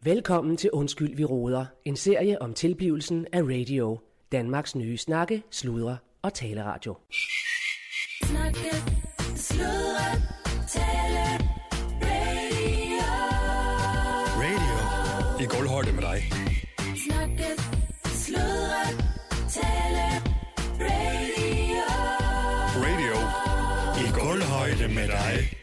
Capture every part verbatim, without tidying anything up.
Velkommen til Undskyld, vi råder. En serie om tilblivelsen af radio. Danmarks nye snakke, sludre og taleradio. Snakke, sludre, tale, radio. Radio i gulvhøjde med dig. Snakke, sludre, tale, radio. Radio i gulvhøjde med dig.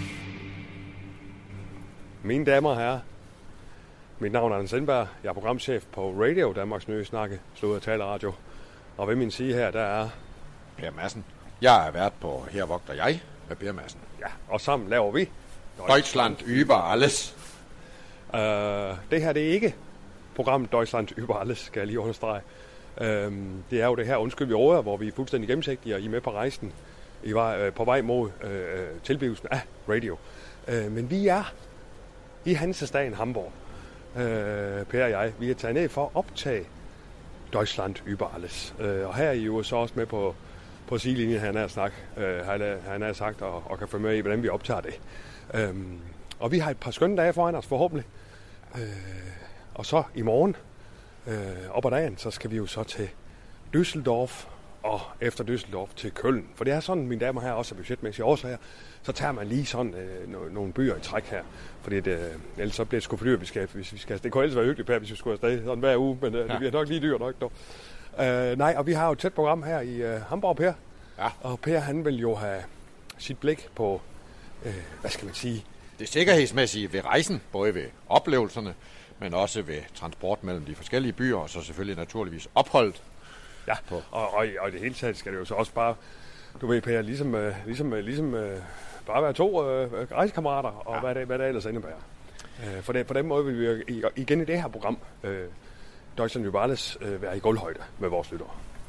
Mine damer og herrer, mit navn er Anders Sindberg. Jeg er programchef på Radio, Danmarks nye snakke, sludre, taleradio. Og ved min side her, der er Per Madsen. Jeg er vært på Her vogter jeg med Per Madsen. Ja, og sammen laver vi Deutschland über alles. Uh, det her, det er ikke programmet Deutschland über alles, skal jeg lige understrege. Uh, det er jo det her Undskyld, vi råder, hvor vi er fuldstændig gennemsigtige, og I er med på rejsen. I var uh, på vej mod uh, tilblivelsen af radio. Uh, men vi er i Hansestaden Hamburg. Uh, Per og jeg, vi er taget ned for at optage Deutschland über alles. Uh, og her er I jo så også med på på sidelinjen, han har sagt, uh, han har sagt og, og kan følge med i, hvordan vi optager det. Um, og vi har et par skønne dage foran os, forhåbentlig. Uh, og så i morgen, uh, op ad dagen, så skal vi jo så til Düsseldorf, og efter Düsseldorf til Køln. For det er sådan, mine damer her, også af budgetmæssige årsager, så tager man lige sådan uh, no- nogle byer i træk her. Fordi det, uh, ellers så bliver det sgu for dyrt, hvis vi skal. Det kunne ellers være hyggeligt, Per, hvis vi skulle afsted sådan hver uge, men uh, ja. Det bliver nok lige dyrt nok dog. Uh, nej, og vi har jo et tæt program her i uh, Hamburg, Per. Ja. Og Per, han vil jo have sit blik på, uh, hvad skal man sige? Det sikkerhedsmæssige ved rejsen, både ved oplevelserne, men også ved transport mellem de forskellige byer, og så selvfølgelig naturligvis opholdet. Ja, på. Og, og, og i det hele taget skal det jo så også bare, du ved, Per, ligesom, uh, ligesom, uh, ligesom uh, bare være to uh, rejsekammerater, og ja. hvad, det, hvad det ellers indebærer. Uh, for det, på den måde vil vi jo igen i det her program, uh, Deutschland über alles, øh, være i gulvhøjde med vores lyttere.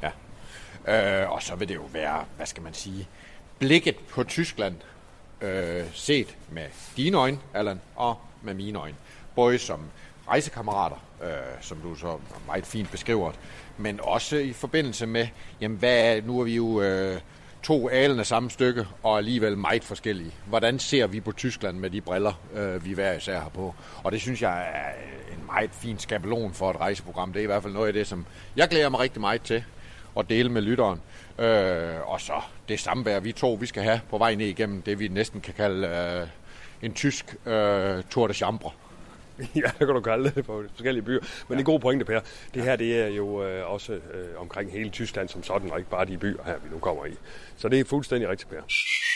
Ja, øh, og så vil det jo være, hvad skal man sige, blikket på Tyskland, øh, set med dine øjne, Allan, og med mine øjne. Både som rejsekammerater, øh, som du så meget fint beskriver, men også i forbindelse med, jamen hvad, nu er vi jo øh, to alen af samme stykke, og alligevel meget forskellige. Hvordan ser vi på Tyskland med de briller, øh, vi hver især har på? Og det synes jeg er en meget fin skabelon for et rejseprogram. Det er i hvert fald noget af det, som jeg glæder mig rigtig meget til at dele med lytteren. Øh, og så det samvær, vi to vi skal have på vej ned igennem det, vi næsten kan kalde øh, en tysk øh, tour de chambre. Ja, det kan du kalde det på forskellige byer. Men ja. Det er gode pointe, Per. Det her, det er jo øh, også øh, omkring hele Tyskland som sådan, og ikke bare de byer her, vi nu kommer i. Så det er fuldstændig rigtigt, Per.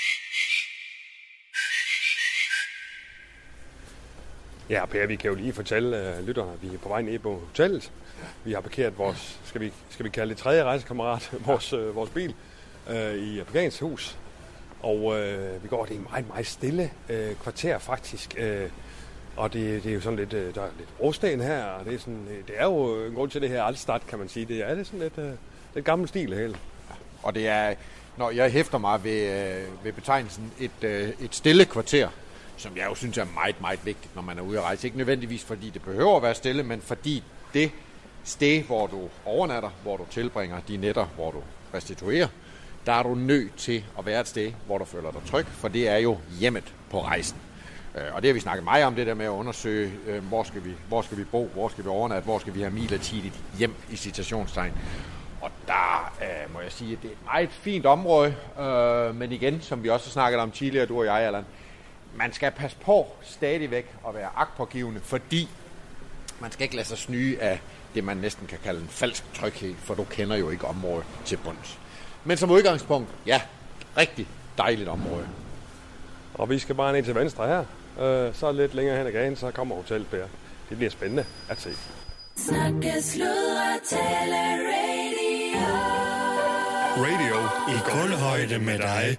Ja, Per, vi kan jo lige fortælle øh, lytterne, at vi er på vej ned på hotellet. Vi har parkeret vores, skal vi, skal vi kalde det tredje rejsekammerat, vores, øh, vores bil, øh, i parkeringshus. Og øh, vi går, det er en meget, meget stille øh, kvarter faktisk. Øh, Og det, det er jo sådan lidt, der er lidt brosten her, og det er, sådan, det er jo en grund til det her Altstadt, kan man sige. Det er det sådan lidt, uh, lidt gammel stil hele. Ja, og det er, når jeg hæfter mig ved, ved betegnelsen et, et stille kvarter, som jeg jo synes er meget, meget vigtigt, når man er ude at rejse. Ikke nødvendigvis fordi det behøver at være stille, men fordi det sted, hvor du overnatter, hvor du tilbringer de nætter, hvor du restituerer, der er du nødt til at være et sted, hvor du føler dig tryg, for det er jo hjemmet på rejsen. Og det har vi snakket meget om, det der med at undersøge, øh, hvor, skal vi, hvor skal vi bo, hvor skal vi overnatte, hvor skal vi have midlertidigt hjem i citationstegn. Og der øh, må jeg sige, at det er et meget fint område, øh, men igen, som vi også har snakket om tidligere, du og jeg, Allan, man skal passe på stadigvæk at være agtpågivende, fordi man skal ikke lade sig snyde af det, man næsten kan kalde en falsk tryghed, for du kender jo ikke området til bunds. Men som udgangspunkt, ja, rigtig dejligt område. Og vi skal bare ned til venstre her. Øh, så lidt længere hen ad gaden, så kommer hotellet, Per. Det bliver spændende at se. Snakke, sludre, tale, radio. Radio i gulvhøjde med dig.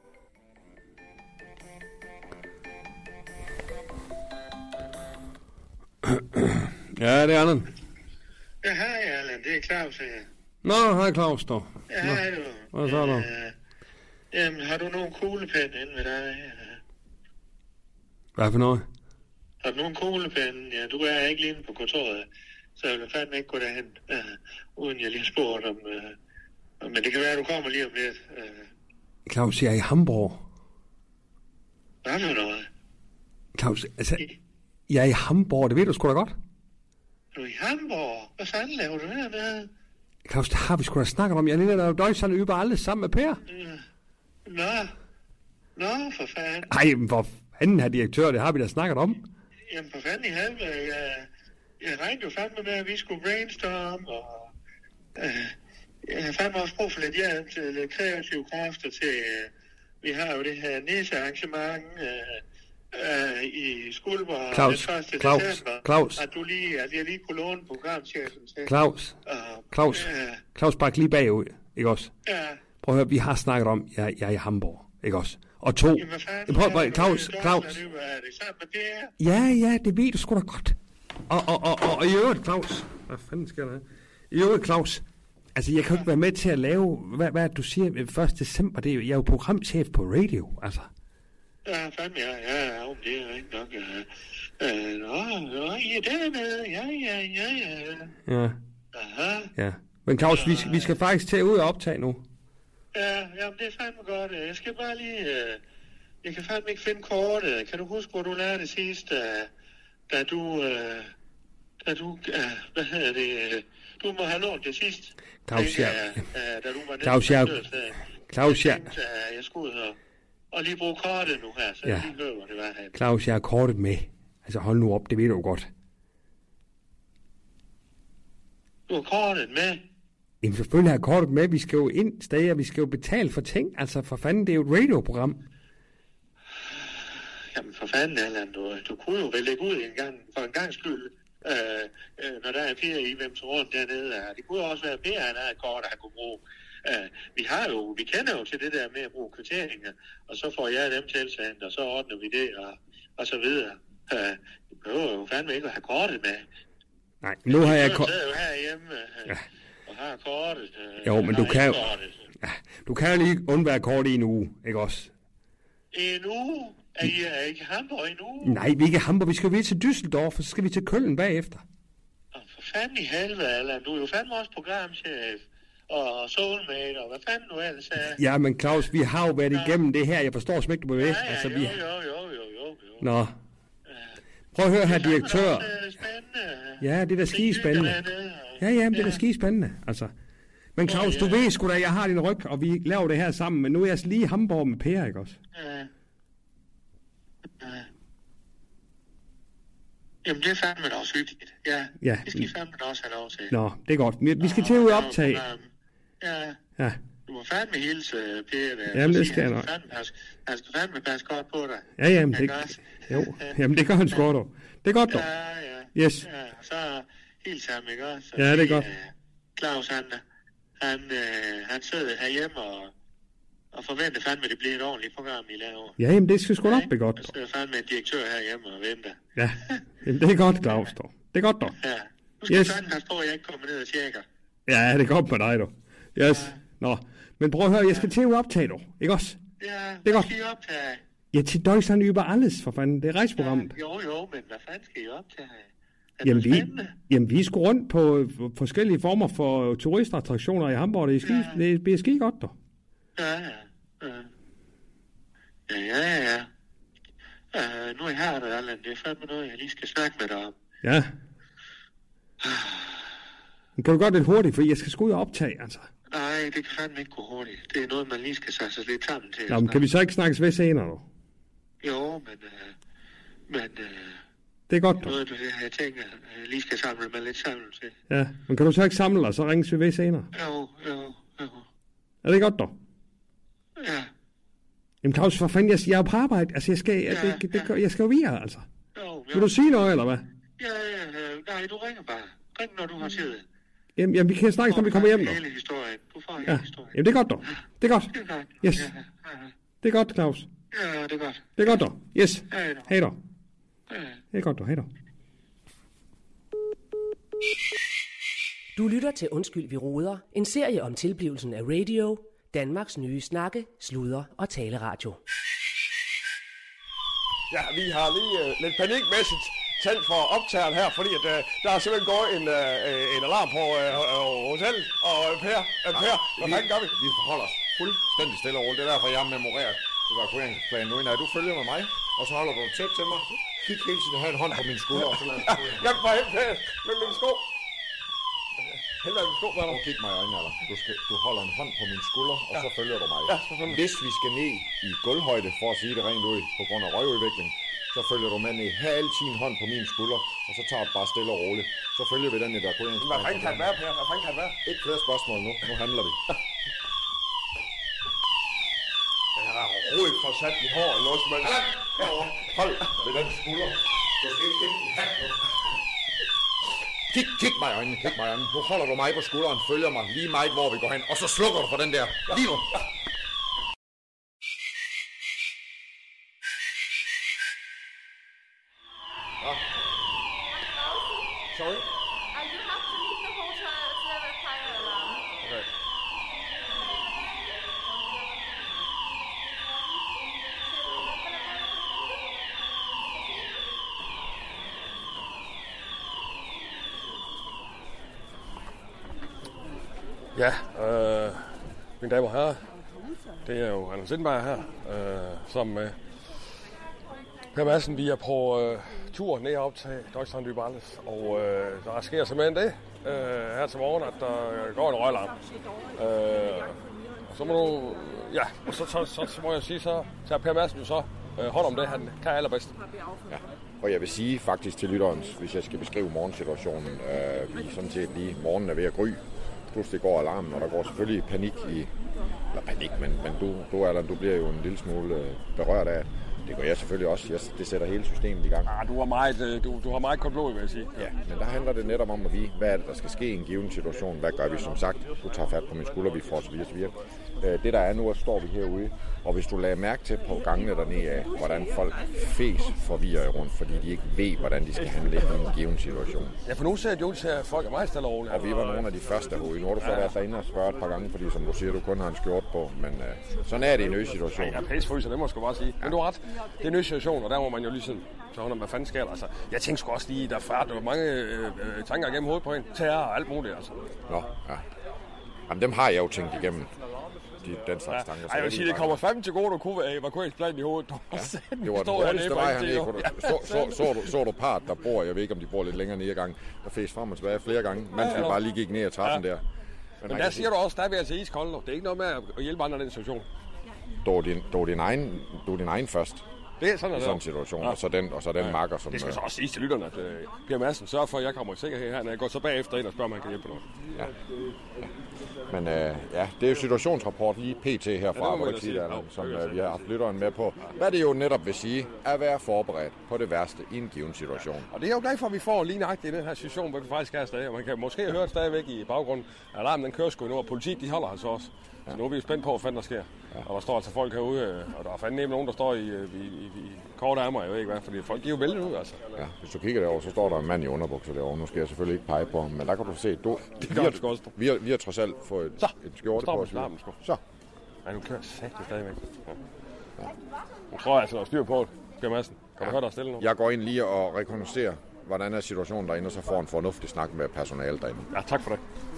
Ja, det er Allan. Ja, hej Allan, det er Claus her. Nå, hej Claus, dog. Ja, hej du. Hvad så du? Øh, jamen, har du nogen kuglepenne inde ved dig? Hvad for noget? Har du nogen kuglepenne? Ja, du er ikke lige inde på kontoret, så jeg vil fandme ikke gå derhen, øh, uden jeg lige spurgte om... Øh, men det kan være, at du kommer lige om lidt. Øh. Claus, jeg er i Hamburg. Hvad for noget? Claus, altså... I, Jeg er i Hamburg, det ved du sgu da godt. Du er i Hamburg? Hvad fanden laver du hernede? Claus, det har vi sgu da snakket om. Jeg ligner der Deutschland über alles sammen med Per. Nå. Nå, for fanden. Ej, men hvor fanden her direktør, det har vi da snakket om. Jamen, for fanden i helvede. Jeg, jeg regnede jo fandme med, at vi skulle brainstorme, og øh, jeg har fandme også brug for lidt hjælp til lidt kreative kræfter til, øh, vi har jo det her næsearrangement øh, øh, i Skuldborg Claus, den første Claus, december, Claus. at du lige, at jeg lige kunne låne programchefen til. Claus, Og, Claus, øh, Claus, bare lige bagud, ikke også? ja, Prøv at høre, vi har snakket om, jeg, jeg er i Hamburg, ikke også? Og to, jamen, hvad fanden prøv, laver prøv, du Claus, i Deutschland? Claus. Er det, er det sammen med det? Ja, ja, det ved du sgu da godt. Og, og, og, og, og i øvrigt, Claus. Hvad fanden sker der her? I øvrigt, Claus. Altså, jeg kan jo ikke være med til at lave, hvad, hvad du siger, første december, det er jo, jeg er jo programchef på radio, altså. Ja, fandme, ja, ja, ja, om det er ikke nok. Ja. Øh, nå, nå, I er dernede, ja, ja, ja, ja. Ja, Aha. ja. Men Claus, vi, vi skal faktisk til at ud og optage nu. Ja, jamen, det er fandme godt. Jeg skal bare lige... Øh, jeg kan fandme ikke finde kortet. Kan du huske, hvor du lærte det sidst, da, da du... Øh, da du... Øh, hvad hedder det? Øh, du må have lånt det sidst. Claus, ja. Øh, da du var Claus, ja. Claus, ja. Jeg tænkte, at jeg skulle ud og, og lige bruge kortet nu her, så Ja. jeg lige hører, hvor det var her. Claus, jeg har kortet med. Altså, hold nu op, det ved du jo godt. Du har kortet med. Jamen, selvfølgelig har jeg kortet med. Vi skal jo ind steder, vi skal jo betale for ting. Altså, for fanden, det er jo et radioprogram. Jamen for fanden, Allan, du, du kunne jo vel lægge ud en gang, for en gang skyld, øh, øh, når der er Per i, hvem så rundt dernede. Ja. Det kunne jo også være Per, han har et kort, han kunne bruge. Øh, vi har jo, vi kender jo til det der med at bruge kvitteringer, og så får jeg dem tilsendt, og så ordner vi det, og, og så videre. Øh, vi behøver jo fandme ikke at have kortet med. Nej, nu har jeg Jeg kortet. sidder jo herhjemme øh, Ja. og har kortet. Øh, Jo, men har du kan jo- ikke kortet. Ja, du kan jo lige undvære kort i en uge, ikke også? En uge? Er I, er I i Hamburg en uge? Nej, vi er ikke i Hamburg. Vi skal jo videre til Düsseldorf, og så skal vi til Køln bagefter. Oh, for fanden i helvede, Allan. Du er jo fandme også programchef. Og soulmate, og hvad fanden du ellers er. Ja, men Claus, vi har jo været igennem det her. Jeg forstår simpelthen ikke, du bevæger. Ja, ja, Altså, jo, vi... jo, jo, jo, jo, jo. Nå. Prøv at høre her, direktør. Det er også, øh, spændende. Ja, det er da skidespændende. Ja, ja, men det er da skidespændende, altså. Men Claus, du ved sgu da, jeg har din ryg, og vi laver det her sammen, men nu er jeg lige i Hamburg med Per, ikke også? Ja. Ja. Jamen, det er fandme da også hyggeligt. Ja, Ja. det skal I fandme da også have lov til. Nå, det er godt. Vi, vi skal til at ud og optage. Ja, Ja, du må fandme hilse, Per. Der. Jamen, det Sige, skal jeg han nok. fandme passe- Han skal fandme passe godt på dig. ja, jamen, det, Ikke også? jo, jamen, det gør han sgu dog. Det er godt dog. Ja, ja. Yes. Ja, så hils ham, ikke også? Og Ja, det er sige, godt. øh, Claus, han, han, øh, han sidder herhjemme og, og forventer fandme, at det bliver et ordentligt program, I laver. Ja, jamen, det skal sgu nok blive godt. Der sidder fandme en direktør herhjemme og venter. Ja, jamen, det er godt, Claus, dog. Det er godt dog. Ja. Nu skal Yes. yes. fandme passe på, at jeg ikke kommer ned og tjekker. Ja, det er godt med dig, dog. Yes. Nå, men prøv at høre, jeg skal til at optage, dog. Ikke også? Ja, Det er hvad godt. skal I optage? Ja, til Deutschland über alles, for fanden. Det er rejseprogrammet. Jo, jo, men hvad fanden skal I optage? Er Jamen det vi, spændende? jamen, vi er sgu rundt på f- forskellige former for turistattraktioner i Hamburg. Det er ski, Ja. det bliver ski godt, dog. Ja, ja. Ja, ja, ja. ja. Uh, nu er jeg her, der, Allan. Det er fandme noget, jeg lige skal snakke med dig om. Ja. Men kan du gøre det lidt hurtigt, for jeg skal sgu ud og optage, altså. Nej, det kan fandme ikke gå hurtigt. Det er noget, man lige skal sætte sig lidt sammen til. Nå, men kan vi så ikke snakkes ved senere, dog? Jo, men... Uh, men... Uh, Det er godt, dog. noget af det, jeg tænker, jeg lige skal samle mig lidt sammen til. Ja, men kan du så ikke samle dig, så ringes vi ved senere? Jo, jo, jo. Er det godt, dog? Ja, Jamen Claus, for fanden, jeg, jeg er på arbejde. Altså, jeg skal, ja, det, det, det, jeg skal jo videre, altså. jo, jo. Vil du sige noget, eller hvad? Ja, ja, ja. Nej, du ringer bare. Ring, når du har tid. Jamen, jamen vi kan snakkes, når vi kommer hjem, dog. Hele historien. Du får hele Ja, historien. jamen det er godt, dog. Det er godt. Det er godt. Yes. Ja, ja, Det er godt, Claus. ja, det er godt. Det er godt, dog. Yes. Hej dog. Hej, dog. Ja. Det er godt, dog. Hej, dog. Du lytter til Undskyld, vi roder, en serie om tilblivelsen af radio, Danmarks nye snakke, sludre og taleradio. Ja, vi har lige øh, lidt panikmæssigt tændt for optageren her, fordi at, øh, der er simpelthen gået en, øh, en alarm på øh, øh, hotellet. Og øh, Per, øh, Per, hvad fanden gør vi? Vi forholder os fuldstændig stille og roligt. Det er derfor, jeg har memoreret evakueringsplanen nu. Nej, du følger med mig, og så holder du tæt til mig. kig hele tiden og have en hånd på min skulder. Og så lad Jeg kan bare hente med min sko. Helvede min sko, hvad er der? Kig mig i øjnene, Allan. Du, skal, du holder en hånd på min skulder, og ja. så følger du mig. Ja, selvfølgelig. Hvis vi skal ned i gulvhøjde, for at sige det rent ud, på grund af røgudvikling, så følger du med ned. Have altid en hånd på min skulder, og så tager du bare stille og roligt. Så følger vi den evakuering. Hvad fanden kan det være, Per? Hvad fanden kan det være? Ikke flere spørgsmål nu. Nu handler vi. Jeg har overhovedet ikke fået sat mit hår eller noget som helst. Herovre. Hold ved den skulder. Du skal ikke kigge den hat nu. Kig, kig mig i øjnene, kig mig i øjnene. Nu holder du mig på skulderen, følger mig lige meget, hvor vi går hen, og så slukker du for den der. Lige nu. Ja. Sorry? Uh, you have to leave the hotel. It's never a fire alarm. Okay. Ja, øh, mine damer og herrer, det er jo Anders Sindberg her, øh, sammen med Per Madsen. Vi er på øh, tur ned op til Deutschland Überalles, og øh, der sker simpelthen det øh, her til morgen, at der går en røgalarm. Øh, og så må du, ja, og så, så, så, så må jeg sige, så tager Per Madsen jo så øh, hånd om det, han kan allerbedst. Ja. Og jeg vil sige faktisk til lytteren, hvis jeg skal beskrive morgensituationen, øh, vi sådan set lige, morgenen er ved at gry. Pludselig går alarmen, og der går selvfølgelig panik i, eller panik, men, men du, du, Allan, du bliver jo en lille smule øh, berørt af, det gør jeg selvfølgelig også, jeg, det sætter hele systemet i gang. Ah, du har meget, du, du har meget koldt blod, vil jeg sige. Ja, men der handler det netop om at vide, hvad er det, der skal ske i en given situation, hvad gør vi som sagt, du tager fat på min skulder, vi får så videre, så videre. Det der er nu, at står vi herude, og hvis du lader mærke til på gangene dernede af, hvordan folk fæs forvirrer rundt, fordi de ikke ved, hvordan de skal handle i en given situation. Ja, for nu ser det jo til, at folk er meget stille og roligt. Og vi var nogle af de første herude. Nu har du fået været derinde og spørget et par gange, fordi som du siger, du kun har en skjort på, men øh, sådan er det i en nødsituation. Ja, pæsfryser, det må jeg sgu bare sige. Ja. Men du har ret, det er en nødsituation, og der må man jo lige sådan, så under, hvad fanden sker der? Altså, jeg tænkte sgu også lige, der er der var mange øh, øh, tanker igennem hovedet på en, terror og alt muligt, altså. Nå, ja. Jamen, dem har jeg jo tænkt igennem. De, den slags ja. tanker. Ej, jeg vil sige, det kommer frem til gode, du kunne være evakueringsplanen i hovedet. Ja. Det var den hurtigste vej hernede. Så, så, så, så, så du part, der bor, jeg ved ikke, om de bor lidt længere nede i gang, der fæs frem og tilbage flere gange, mens ja, vi bare lige gik ned ad trappen ja. der. Men, Men der siger du også, der er vi altså iskold. Det er ikke noget med at hjælpe andre i den situation. Du er din, din, egen, du er din egen først. Det er sådan, i sådan en situation, ja. og så den, og så den ja. makker, som... Det skal så også sige til lytterne, at uh, Per Madsen sørger for, at jeg kommer i sikkerhed her, når jeg går så bagefter ind og spørger, om han kan hjælpe noget. Ja. ja. Men øh, ja, det er jo situationsrapport lige pt. herfra, ja, sige, der, som øh, vi har haft lytteren med på. Hvad det jo netop vil sige, at være forberedt på det værste i en given situation. Og det er jo glad for, at vi får lige nøjagtigt i den her situation, hvor vi faktisk er afsted. Og man kan måske høre stadigvæk i baggrunden, at alarmen den kører sgu nu, og politiet de holder altså også. Ja. Så nu er vi jo spændt på, hvad fanden der sker. Ja. Og der står altså folk herude, og der er fandme nogen, der står i, i, i, i korte ærmer, jeg ved ikke hvad, fordi folk de er jo vældet ud, altså. Ja, hvis du kigger derovre, så står der en mand i underbukser derovre. Nu skal jeg selvfølgelig ikke pege på ham, men der kan du se, du, det vi, har, vi, har, vi har trods alt fået så, et skjorte på os. Så. Ej, nu kører sagt det stadigvæk. Ja. Ja. Nu tror jeg altså, der er styr på det, Per Madsen. Kan du ja. høre dig stille nu? Jeg går ind lige og rekognoserer, hvordan er situationen derinde, og så får en fornuftig snak med personalet derinde. Ja, tak for det.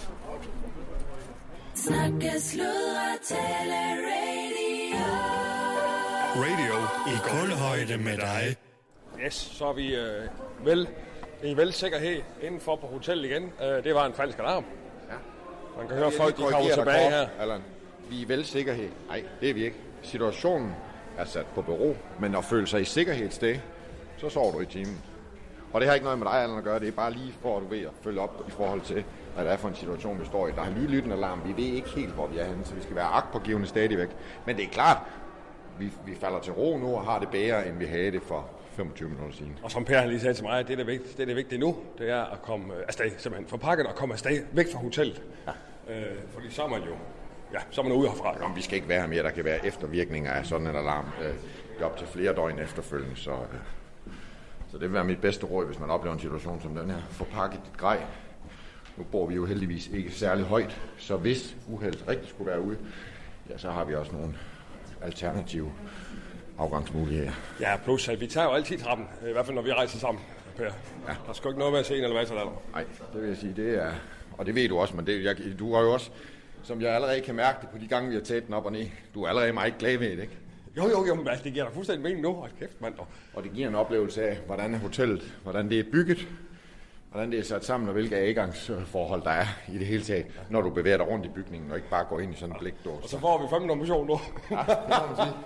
Snakke, sludre, tale, radio. Radio i kulhøjde med dig. Yes, så er vi øh, vel i vel sikkerhed indenfor på hotellet igen. Øh, det var en falsk alarm. Ja. Man kan høre folk, de kommer tilbage her. Allan, vi er vel sikkerhed. Nej, det er vi ikke. Situationen er sat på bero, men at føle sig i sikkerhedssted, så sover du i timen. Og det har ikke noget med dig, Allan, at gøre. Det er bare lige for, at du ved at følge op i forhold til, hvad det er for en situation, vi står i. Der har lige lyttet en alarm. Vi ved ikke helt, hvor vi er henne, så vi skal være agtpågivende stadigvæk. Men det er klart, vi, vi falder til ro nu og har det bedre, end vi havde det for femogtyve minutter siden. Og som Per lige sagde til mig, det er det vigtige, det er det vigtige nu, det er at komme afsted, simpelthen forpakket og komme afsted væk fra hotellet. Ja. Øh, fordi så er man jo, ja, så er man ude herfra. Jamen, vi skal ikke være her mere. Der kan være eftervirkninger af sådan en alarm. Øh, op til flere døgn efterfølgende, så... Øh, Så det vil være mit bedste råd, hvis man oplever en situation som den her. Forpakket dit grej. Nu bor vi jo heldigvis ikke særlig højt, så hvis uheldet rigtig skulle være ude, ja, så har vi også nogle alternative afgangsmuligheder. Ja, plus at vi tager jo altid trappen, i hvert fald når vi rejser sammen, Per. Ja. Der er sgu ikke noget med at se en elevator der. Nej, det vil jeg sige, det er, og det ved du også, men det, jeg, du har jo også, som jeg allerede kan mærke det på de gange, vi har taget den op og ned, du er allerede meget glad ved det, ikke? Jo, jo, jo, men altså, det giver dig fuldstændig mening nu. Hold kæft, mand. Og det giver en oplevelse af, hvordan er hotellet, hvordan det er bygget, hvordan det er sat sammen, og hvilke adgangsforhold der er i det hele taget, når du bevæger dig rundt i bygningen, og ikke bare går ind i sådan en blikdåse. Og så får vi fem nummer motion nu. Ja, det må man sige.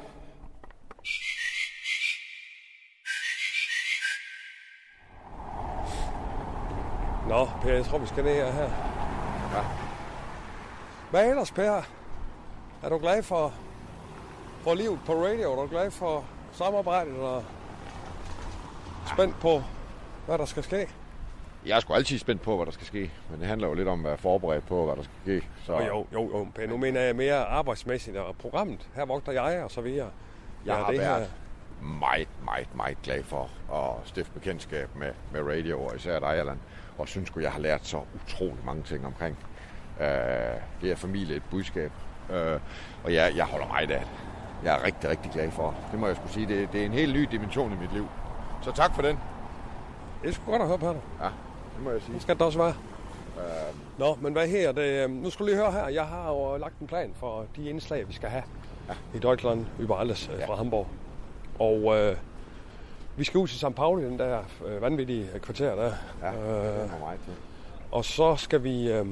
Nå, Per, jeg tror, vi skal ned her. Ja. Hvad ellers, Per? Er du glad for, for livet på radio? Er du glad for samarbejdet? Eller spændt på, hvad der skal ske? Jeg er sgu altid spændt på, hvad der skal ske, men det handler jo lidt om at være forberedt på, hvad der skal ske. Så... Jo, jo, jo, jo, Per. Nu mener jeg mere arbejdsmæssigt og programmet. Her vogter jeg og så videre. Jeg ja, har det været her... meget, meget, meget glad for at stifte bekendtskab med, med radio, og især dig, Allan. Og synes sgu, jeg har lært så utrolig mange ting omkring. Uh, det er familie, et budskab. Uh, og jeg, jeg holder meget af det. Jeg er rigtig, rigtig glad for det. Det må jeg skulle sige. Det, det er en helt ny dimension i mit liv. Så tak for den. Det er sgu godt at høre på dig. Ja, det må jeg sige. Det skal det også være. Uh, Nå, men hvad her? Det, nu skal du lige høre her. Jeg har jo lagt en plan for de indslag, vi skal have ja. i Deutschland über alles ja. fra Hamburg. Og øh, vi skal ud til Sankt Pauli, den der øh, vanvittige kvarter der. Ja, det er øh, meget til. Og så skal vi øh,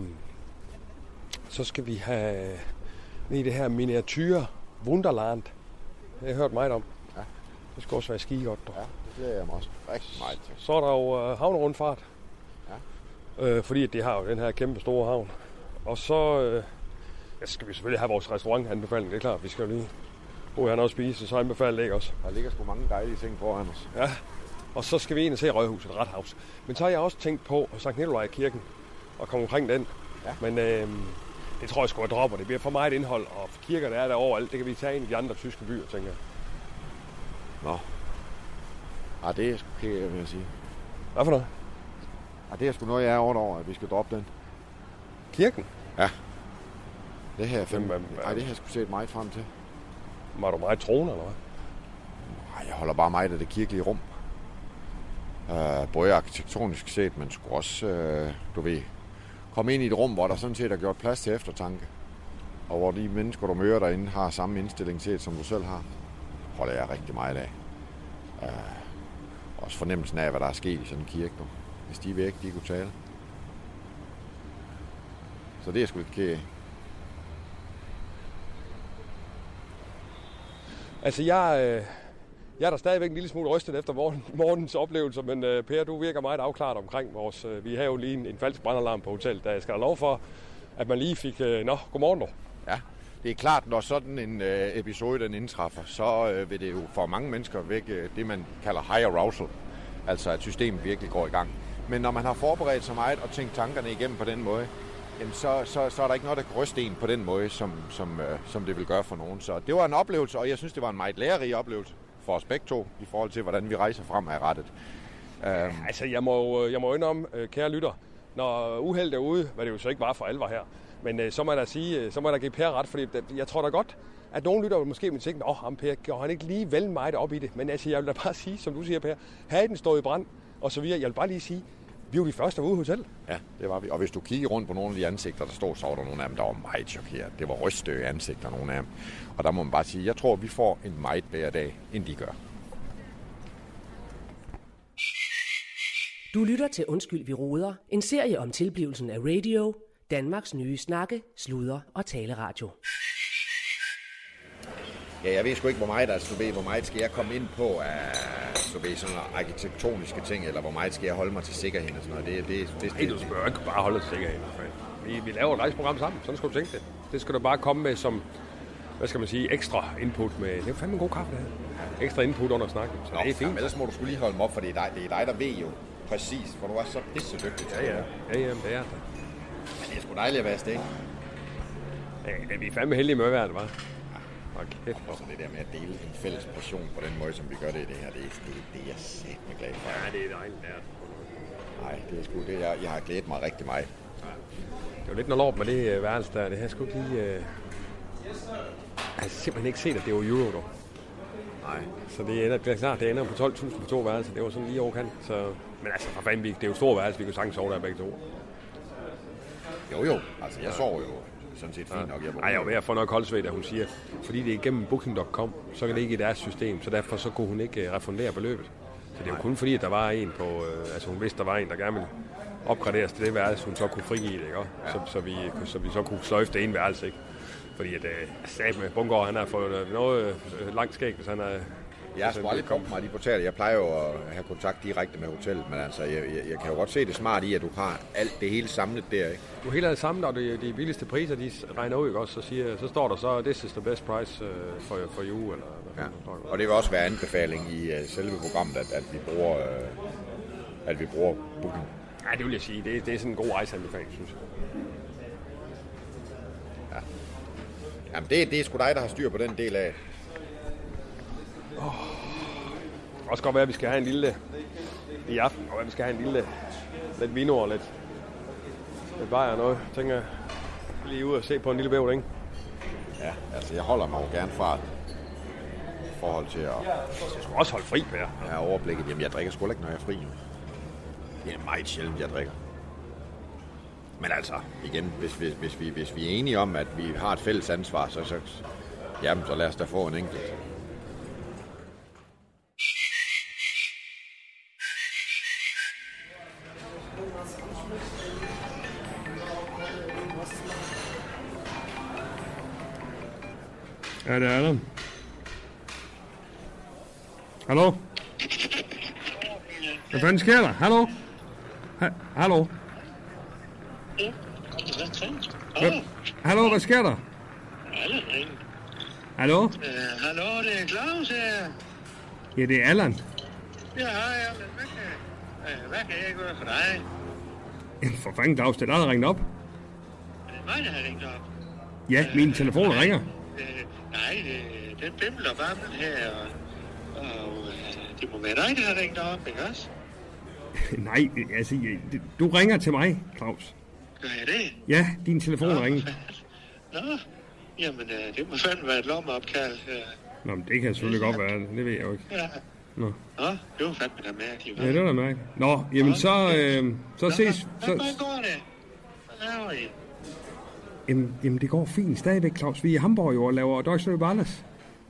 så skal vi have i det her miniatyre Wunderland. Det har jeg hørt meget om. Ja. Det skal også være skide godt. Ja, det glæder jeg mig også rigtig meget til. Så er der jo øh, havnerundfart. Ja. Øh, fordi de har jo den her kæmpe store havn. Og så øh, ja, skal vi selvfølgelig have vores restaurantanbefaling. Det er klart, vi skal jo lige bo hernede og spise, så anbefaler det også. Der ligger sgu mange dejlige ting foran os. Ja, og så skal vi ind og se Rådhuset, Rathaus. Men så har jeg også tænkt på Sankt Nikolaj Kirken og komme omkring den. Ja. Men øh, det tror jeg sgu, jeg dropper. Det bliver for meget indhold, og kirkerne er der overalt. Det kan vi tage ind i de andre tyske byer, tænker jeg. Nå. Ah, det er sgu kære, vil jeg sige. Hvad for noget? Ah, det er sgu noget, jeg er over over, at vi skal droppe den. Kirken? Ja. Det her er fem... Jamen, Ej, det har jeg sgu set meget frem til. Var du meget troende, eller hvad? Nej, jeg holder bare meget af det kirkelige rum. Uh, både arkitektonisk set, men sgu også, uh, du ved, komme ind i et rum, hvor der sådan set er gjort plads til eftertanke. Og hvor de mennesker, du møder derinde, har samme indstilling set, som du selv har. Holder jeg rigtig meget af. Uh, også fornemmelsen af, hvad der er sket i sådan en kirke nu. Hvis de er væk, de kunne tale. Så det er sgu lidt kære. Altså, jeg, øh, jeg er der stadigvæk en lille smule rystet efter morgen, morgens oplevelser, men øh, Per, du virker meget afklaret omkring vores... Øh, vi har jo lige en, en falsk brandalarm på hotellet, der jeg skal have lov for, at man lige fik... Øh, Nå, godmorgen du. Ja, det er klart, når sådan en øh, episode, den indtræffer, så øh, vil det jo for mange mennesker vække øh, det, man kalder high arousal. Altså, at systemet virkelig går i gang. Men når man har forberedt sig meget og tænkt tankerne igennem på den måde, jamen så, så, så er der ikke noget, der kan ryste en på den måde, som, som, øh, som det vil gøre for nogen. Så det var en oplevelse, og jeg synes, det var en meget lærerig oplevelse for os begge to, i forhold til, hvordan vi rejser frem af rettet. Um... Altså, jeg må, jeg må indrømme, kære lytter, når uheldet er ude, hvad det jo så ikke var for alvor her, men øh, så må jeg da sige, så må jeg da give Per ret, fordi jeg tror da godt, at nogle lytter måske vil tænke, åh, oh, Per, går han ikke lige vel meget op i det? Men altså, jeg vil da bare sige, som du siger, Per, havde den stået i brand, og så videre. Jeg vil bare lige sige, vi var de første ude i hotellet. Ja, det var vi. Og hvis du kigger rundt på nogle af de ansigter, der stod, så var der nogle af dem, der var meget chokeret. Det var rystede ansigter, nogle af dem. Og der må man bare sige, jeg tror, vi får en meget bedre dag, end de gør. Du lytter til Undskyld, vi roder. En serie om tilblivelsen af radio. Danmarks nye snakke, sludre og taleradio. Ja, jeg ved sgu ikke, hvor meget, altså, du ved, hvor meget skal jeg komme ind på af, du ved, sådan nogle arkitektoniske ting, eller hvor meget skal jeg holde mig til sikkerheden og sådan noget. Det, det, det, Nej, du skal jo ikke bare holde dig til sikkerheden. Vi, vi laver et rejseprogram sammen, sådan skal du tænke det. Det skal du bare komme med som, hvad skal man sige, ekstra input med. Det er jo fandme en god kaffe, det her. Ekstra input under snakken, så Nå, det er fint. Jamen, ellers må du skulle lige holde mig op, for det er dig, det er dig der ved jo præcis, for du er så pissedygtig til ja, ja. Ja, ja, det er det. Men det er sgu dejligt at være afsted. Ja, vi er fandme heldige med vejret, hva'? Okay. Og så det der med at dele en fælles passion på den måde, som vi gør det i det her, det er det, det er jeg satme glad for. Ja, det er dejligt, det er. Nej, det er sgu det, jeg, jeg har glædet mig rigtig meget. Ja. Det er jo lidt noget lort med det uh, værelse der. Det har sgu ikke lige... Uh... Jeg har simpelthen ikke set, at det var euro, dog. Nej. Så det ender, det er klart, det ender på tolv tusind på to værelser. Det var sådan lige overkant. Så... Men altså, for fanden, det er jo stor værelse. Vi kunne sagtens sove der begge to. Jo, jo. Altså, jeg sover jo sådan set fint nok. Jeg Nej, jeg var ved at få nok koldsved, da hun siger, fordi det er igennem booking punktum com, så kan det ikke i deres system, så derfor så kunne hun ikke refundere beløbet. Så det er jo kun fordi, at der var en på, øh, altså hun vidste, der var en, der gerne ville opgraderes til det værelse, hun så kunne frigive det, ikke? Ja. Så, så, vi, så vi så kunne sløjfe det ene værelse, ikke? Fordi at, øh, sat med Bungård, han har fået noget øh, langt skæg, hvis han er... Jeg har sgu aldrig kommet mig de portaler. Jeg plejer jo at have kontakt direkte med hotellet, men altså, jeg, jeg, jeg kan jo godt se det smart i, at du har alt det hele samlet der, ikke? Du hele er samlet, og de, de billigste priser, de regner ud, ikke også? Så, siger, så står der så, this is the best price uh, for, for you, eller... Ja. Og det vil også være anbefaling i uh, selve programmet, at, at vi bruger, uh, at vi bruger booking. Nej, det vil jeg sige. Det, det er sådan en god rejseanbefaling, synes jeg. Ja. Jamen, det, det er sgu dig, der har styr på den del af. Oh. Det kan også godt være, at vi skal have en lille... I aften, og vi skal have en lille... Lidt vino og lidt... Lidt bajer og noget. Jeg tænker lige ud og se på en lille væv, ikke? Ja, altså jeg holder mig jo gerne fra det. I forhold til at... Jeg skal også holde fri, Per. Jeg har overblikket. Jamen, jeg drikker sgu ikke, når jeg er fri nu. Det er meget sjældent, jeg drikker. Men altså, igen, hvis, hvis, hvis, vi, hvis vi er enige om, at vi har et fælles ansvar, så, så, jamen, så lad os da få en enkelt. Ja, det er Allan. Hallo? Hvad fanden sker der? Hallo? Ha- Hallo? Hva- Hallo, hvad sker der? Hallo? Uh, hallo, det er Claus her. Ja, det er Allan. Ja, hej, Allan. Hvad kan, uh, hvad kan jeg gøre for dig? For fanden, Claus, det er dig, der ringede op. Er det mig, der har ringet op? Ja, min telefon ringer. Uh, nej, det, den bimler bammel her, og, og uh, det må være dig, der har ringet op, ikke også? Nej, altså, du ringer til mig, Claus. Gør jeg det? Ja, din telefon Nå, ringer. Nå, jamen, uh, det må fandme være et lommeopkald. Uh, Nå, men det kan selvfølgelig godt være, det ved jeg jo ikke. ja. Nå. Nå, det var fandme da mærkeligt. Ja, det var da mærkeligt. Nå, jamen så, øh, så Nå, ses... Hvordan Så, går det? Hvad laver I? jamen, jamen, det går fint stadigvæk, Claus. Vi er i Hamburg jo og laver Deutschland über alles.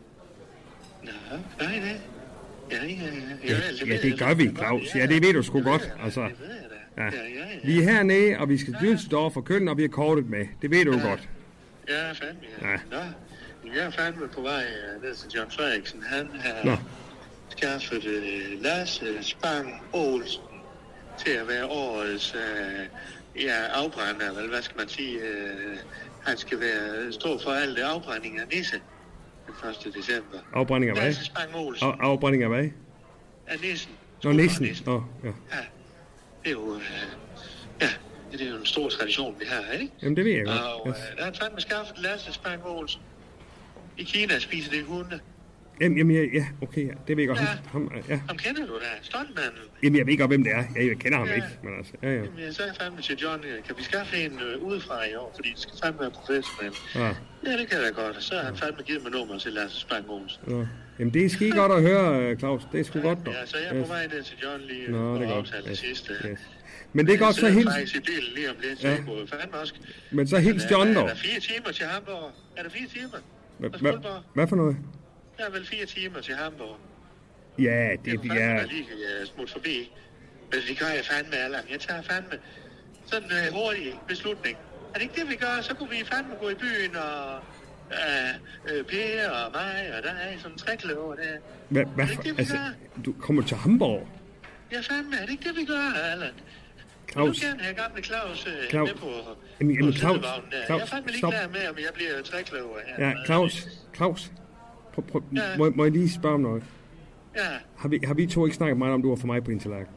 Nå, gør I det? Ja, ja, ja. Ja, ja, det gør vi, Claus. Ja, det ved du sgu godt. Altså, ja. Vi er hernede, og vi skal til Düsseldorf for Køln, og vi har kortet med. Det ved du jo godt. Ja, fandme, ja. Ja. Nå, jeg er fandme på vej uh, ned til John Frederiksen. Han Nå. har skaffet uh, Lasse Spang Olsen til at være årets uh, ja, afbrænder, eller hvad skal man sige. Uh, han skal være stå for alt det afbrænding af Nisse den første december. Afbrænding af hvad? Lasse Spang Olsen Af, afbrænding af hvad? af Nissen. Nå, nissen. Nå, ja. Ja, det er jo... Uh, ja, det er jo en stor tradition, vi har, ikke? Jamen, det ved jeg godt. Og Yes. uh, der er fandme skaffet Lasse Spang Olsen. I Kina spiser det hunde. Jamen, jamen, ja, ja, okay, ja. Det ved jeg godt. Ja. Ham, ham, ja. Ham kender du da, Stoltmanden. Jamen, jeg ved godt, hvem det er. Jeg, jeg kender ham Ja. ikke, men altså, ja, ja. Jamen, jeg sagde fandme til John, øh, kan vi skaffe en øh, udefra i år, fordi det skal fandme være professionel. Ja. Ja, det kan jeg da godt. Så har han fandme givet mig nummer til Lasse Spang Olsen. Nå. Jamen, det er skide godt at høre, Claus. Det er sgu godt, dog. Ja, så jeg er på vej ned til John lige Nå, og det er godt. aftale det Yes. sidste. Yes. Men det er godt, så Jeg hils... sidder faktisk i bilen lige om lidt, så Ja. jeg kunne fandme også... Men så hils Er- John, Er dog. der fire timer til Hamburg? Er der fire timer? Hva- Fra hva- Skuldborg? Hvad for noget? Der er vel fire timer til Hamburg. Ja, Det det er fandme er... ja. lige uh, smut forbi. Men det gør jeg fandme, Allan. Jeg tager fandme sådan en uh, hurtig beslutning. Er det ikke det, vi gør? Så kunne vi fandme gå i byen og... Uh, uh, Per og mig, og der er sådan en trækløver der. Hvad, hvad Er det for... ikke det, vi Altså, gør? du kommer til Hamburg? Ja, fandme. Er det ikke det, vi gør, Allan? Claus. Jeg vil gerne have gamle Claus uh, Claus. med på, Jamen, jamen, på Claus, sidevognen der. Claus, Jeg er fandme lige stop. klar med, om jeg bliver trækløver her. Ja, Claus. Claus. Prøv, prøv, Ja. må, må jeg lige spørge om noget? Ja, Har vi, har vi to ikke snakket meget om, du var for mig på din tallerken?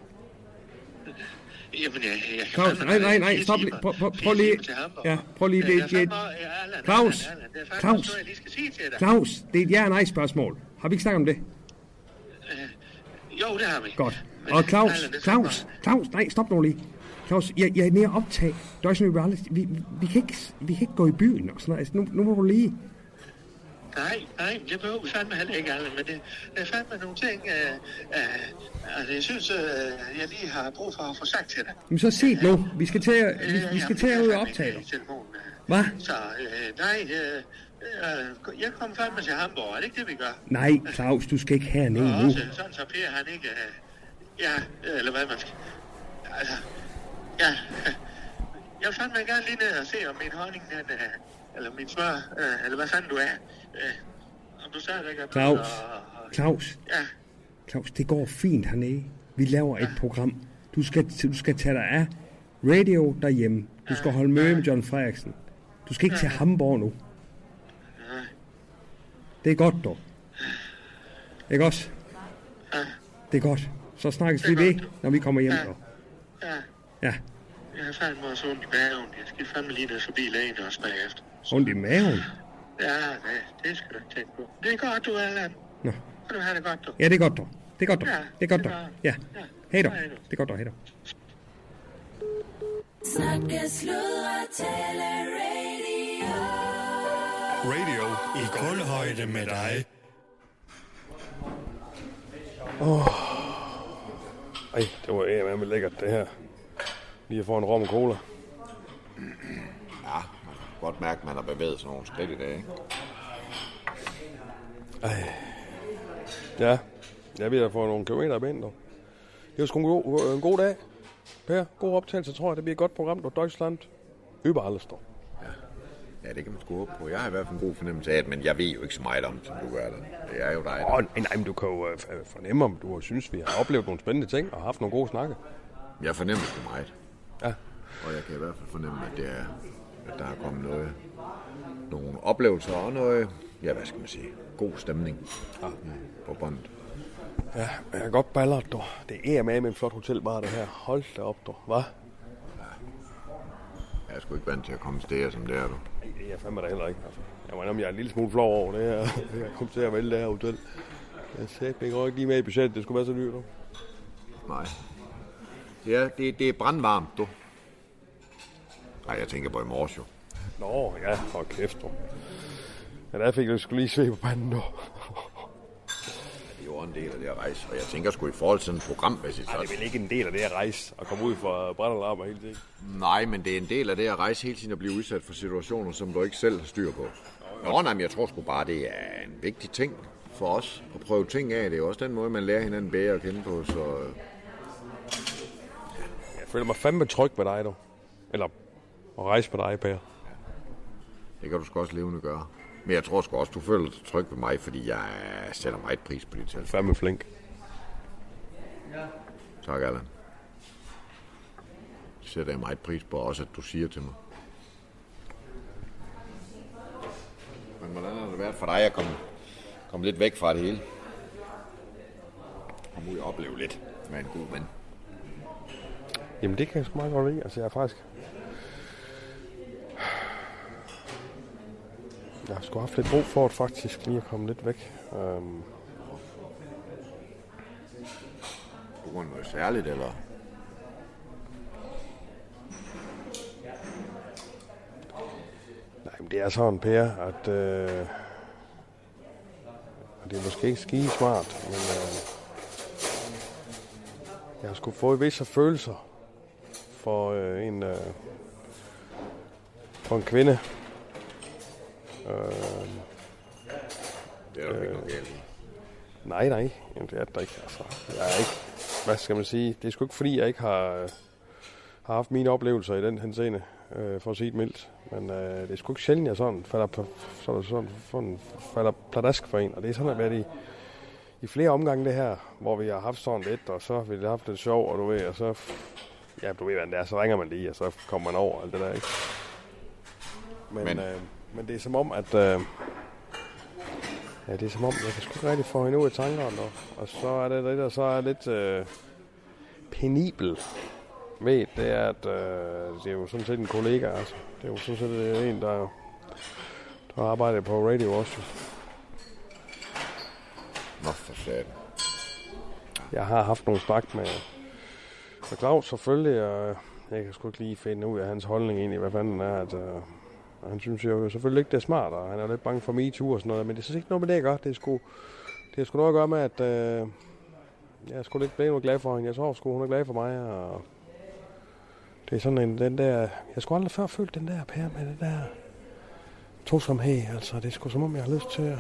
jamen jeg... jeg kan Claus, fandme- nej, nej, nej, fire stop timer. lige. Prøv, prøv, Fire prøv lige. timer til Hamburg. Ja, prøv lige. Ja, Det, jeg er det, fandme- ja, Allan, Claus. Allan, Allan, det er fandme Claus. også noget, jeg lige skal sige til dig. Claus, det er et ja-nej-spørgsmål. Har vi ikke snakket om det? Jo, det har vi. Godt. Men, Og Claus, Allan, det er Claus, Claus, nej, stop nu lige. Claus, jeg, jeg er nede at optage. Deutschland über alles. Vi, vi, kan ikke, vi kan ikke gå i byen og sådan noget. Altså, nu, nu må du lige... Nej, nej, det behøver vi fandme heller ikke, Allan, men det, det er fandme nogle ting, øh, øh, altså jeg synes, øh, jeg lige har brug for at få sagt til dig. Men så sig det nu. Vi skal til at, vi, Øh, vi skal jamen, til at det ud er og fandme optage ikke dig. i telefonen. Hvad? Så øh, nej, øh, øh, jeg kommer fandme til Hamburg. Er det ikke det, vi gør? Nej, Claus, du skal ikke herned Og nu. også sådan, så Per han ikke... Øh, ja, eller hvad man skal... Altså, ja... Jeg vil fandme gerne lige ned og se, om min honning, den, øh, eller min smør, øh, eller hvad fanden du er. Øh, om du stadigvæk er... Claus, og, og, Claus, ja, Claus, det går fint hernede. Vi laver et program. Du skal, du skal tage dig af radio derhjemme. Du skal holde møde med John Frederiksen. Du skal ikke til Hamburg nu. Det er godt, dog. Ikke også? Det er godt. Så snakkes vi ved, når vi kommer hjem, dog. ja. Ja, Jeg har fandme også ondt i maven. Jeg skal fandme lige ned forbi lægen også bagefter. ondt i maven. Ja, det, det skal du ikke tænke på. Det er godt, du er, Allan. Nå. Kan du have det godt, du? Ja, det er godt, dog. Det er godt, dog. Ja, Det er godt, det dog. er godt. Ja. Ja. Hej, dog. Hej, dog. Det er godt, dog. Hej, dog. Snakke, sludre, tale, radio. Radio i kulhøjde med dig. Ej, det var eddermame lækkert, det her. Lige at få en rom og cola. Ja, man kan godt mærke, at man har bevæget sig nogle skridt i dag, ikke? Ja, jeg ved at få nogle kilometer i ben, dog. Det var sgu en god, en god dag. Per, god optagelse, tror jeg. Det bliver et godt program, dog. Deutschland. Überall, dog. Ja, det kan man sgu håbe på. Jeg har i hvert fald en god fornemmelse af det, men jeg ved jo ikke så meget om det, som du gør det. Det er jo dig. Åh, oh, nej, men du kan jo uh, fornemme, om du synes, vi har oplevet nogle spændende ting og haft nogle gode snakke. Jeg fornemmer det meget. Ja. Og jeg kan i hvert fald fornemme, at, det er, at der er kommet noget, nogle oplevelser og noget, ja, hvad skal man sige, god stemning ja. På båndet. Ja, jeg er godt ballert, dog. Det er med med en flot hotelbar, det her. Hold da op, dog. Hvad? Jeg er sgu ikke vant til at komme steder som det er, du. Nej, det er jeg fandme da heller ikke. Altså, jeg var nemlig en lille smule flov over det her. Jeg kom til at vælge det her hotel. Jeg sagde, det går ikke lige med i budgettet. Det skulle være så dyrt, du. Nej. Ja, det, det er brandvarmt, du. Nej, jeg tænker på i morges, jo. Nå, ja, for kæft, du. Ja, der fik jeg sgu lige se på panden, du. Det er jo en del af det at rejse, og jeg tænker sgu i forhold til sådan et programmæssigt. Nej, det er vel ikke en del af det at rejse og komme ud for brandalarmer hele tiden. Nej, men det er en del af det at rejse hele tiden og blive udsat for situationer, som du ikke selv har styr på. Nå, nej, men jeg tror sgu bare, det er en vigtig ting for os at prøve ting af. Det er jo også den måde, man lærer hinanden bedre at kende på, så... Jeg føler mig fandme tryg med dig, du. Eller at rejse med dig, Per. Det kan du sgu også levende gøre. Men jeg tror sgu også, du føler dig tryg ved mig, fordi jeg sætter meget pris på dit tal. Fandme flink. Tak, Allan. Det sætter jeg meget pris på, også at du siger til mig. Men hvordan har det været for dig at komme, komme lidt væk fra det hele? Kom ud og opleve lidt med en god ven. Jamen, det kan jeg sgu meget godt lide. Altså, jeg er faktisk... Jeg har sgu haft lidt brug for at faktisk lige at komme lidt væk. Um... Du var noget særligt, eller? Nej, men det er sådan, Per, at... Øh... Det er måske ikke skide smart, men... Øh... Jeg har sgu fået visse følelser for øh, en... Øh... For en kvinde. Øh... Det er jo ikke noget galt. Nej, nej. Jamen, det er det ikke. Altså, jeg er ikke... Hvad skal man sige? Det er sgu ikke, fordi jeg ikke har, har haft mine oplevelser i den henseende, øh, for at sige det mildt. Men øh, det er sgu ikke sjældent, jeg sådan falder, på, sådan, sådan, sådan, falder pladask for en. Og det er sådan, at været i, i flere omgange det her, hvor vi har haft sådan lidt, og så har vi haft lidt sjov, og du ved, og så... Ja, du ved, hvad det er, så ringer man lige, og så kommer man over, og alt det der, ikke? Men, men... Øh, men det er som om, at... Øh, Ja, det er som om, jeg kan sgu ikke rigtig få hende ud af tankerne, og, og så er det det, der så er lidt øh, penibel ved, det er, at øh, det er jo sådan set en kollega, altså. Det er jo sådan set en, der, der arbejder på radio også. Nå, for satan. Jeg har haft nogle snak med, med Claus selvfølgelig, og jeg kan sgu ikke lige finde ud af hans holdning egentlig, hvad fanden er, at... Øh, Og han synes jo selvfølgelig ikke, det er smart, og han er lidt bange for MeToo og sådan noget, men det er ikke noget med det, jeg gør. Det er sgu, det er sgu noget at gøre med, at øh, jeg er sgu lidt blevet glad for hende. Jeg tror sgu, hun er glad for mig, og Det er sådan en, den der... Jeg skulle aldrig før følt den der Per med det der tosomhed. Altså, det er sgu som om, jeg har lyst til at...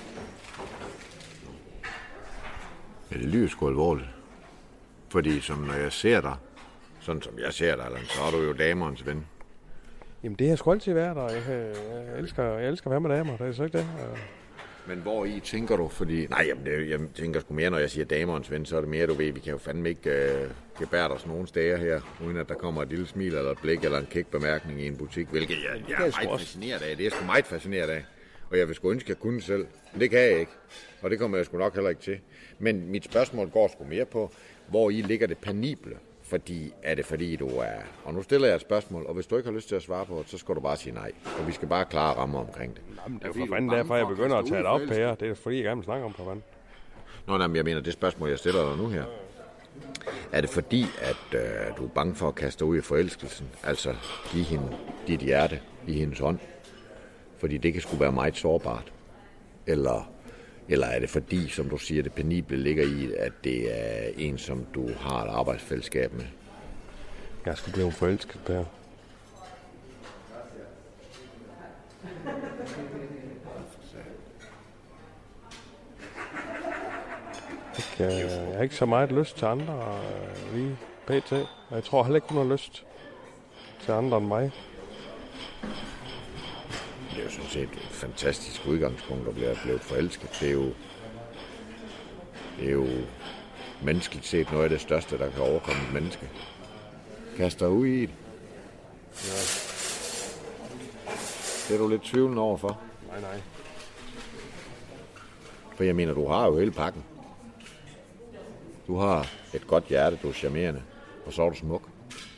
Ja, det lyder sgu alvorligt. Fordi som når jeg ser dig, sådan som jeg ser dig, Allan, så er du jo damerens ven. Jamen, det har sgu altid været der. Jeg, jeg, elsker, jeg elsker at være med damer, det er så ikke det. Men hvor i tænker du? Fordi, nej, jamen, det, jeg tænker sgu mere, når jeg siger damerens ven, så er det mere, du ved, vi kan jo fandme ikke øh, gebære os nogen steder her, uden at der kommer et lille smil, eller et blik, eller en kæk bemærkning i en butik, hvilket jeg, jeg er meget fascineret af. Det er sgu meget fascineret af. Og jeg vil sgu ønske, at jeg kunne selv. Men det kan jeg ikke. Og det kommer jeg sgu nok heller ikke til. Men mit spørgsmål går sgu mere på, hvor i ligger det penible? Fordi, er det fordi, du er... Og nu stiller jeg et spørgsmål, og hvis du ikke har lyst til at svare på det, så skal du bare sige nej. Og vi skal bare klare rammer omkring det. Jamen, det er jo for fanden derfor, jeg begynder at tage det op, Per. Det er fordi, jeg gerne vil snakke om på vand. Nå, nej, jeg mener, det spørgsmål, jeg stiller dig nu her. Er det fordi, at øh, du er bange for at kaste ud i forelskelsen? Altså, give hende dit hjerte i hendes hånd? Fordi det kan sgu være meget sårbart. Eller... Eller er det fordi, som du siger, det penible ligger i, at det er en, som du har et arbejdsfællesskab med? Jeg skulle blive forelsket, Per. Jeg har ikke så meget lyst til andre lige pt. Og jeg tror heller ikke, hun har lyst til andre end mig. Det er jo sådan set et fantastisk udgangspunkt at blive blevet forelsket. Det er jo, det er jo menneskeligt set noget af det største, der kan overkomme et menneske. Kaster ud i det. Ja. Det er du lidt tvivlende overfor. Nej, nej. For jeg mener, du har jo hele pakken. Du har et godt hjerte, du er charmerende, og så er du smuk.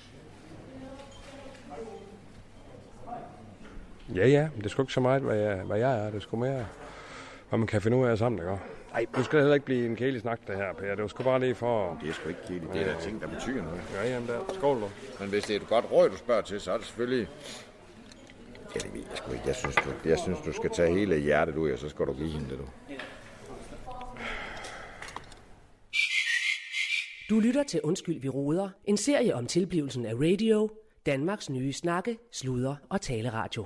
Ja, ja, men det er sgu ikke så meget, hvad jeg, hvad jeg er. Det er sgu mere, hvad man kan finde ud af sammen, ikke? Ej, nu skal det heller ikke blive en kælig snak, det her, Per. Det var sgu bare lige for... Det er sgu ikke kedeligt. Det er der ting, der betyder noget. Ja, jamen der. Skål, du. Men hvis det er et godt råd, du spørger til, så er det selvfølgelig... Ja, det ved jeg sgu ikke. Jeg synes, du, jeg synes, du skal tage hele hjertet ud, og så skal du give hende det, du. Du lytter til Undskyld, vi roder. En serie om tilblivelsen af radio. Danmarks nye snakke, sludder og taleradio.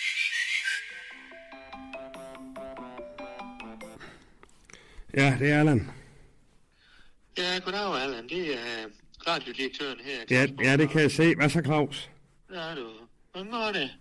Ja, det er Allan. Ja, goddag, Allan. Det er radiodirektøren her. Ja, ja, det kan jeg se. Hvad så, Claus? Ja, du. Hvordan går det?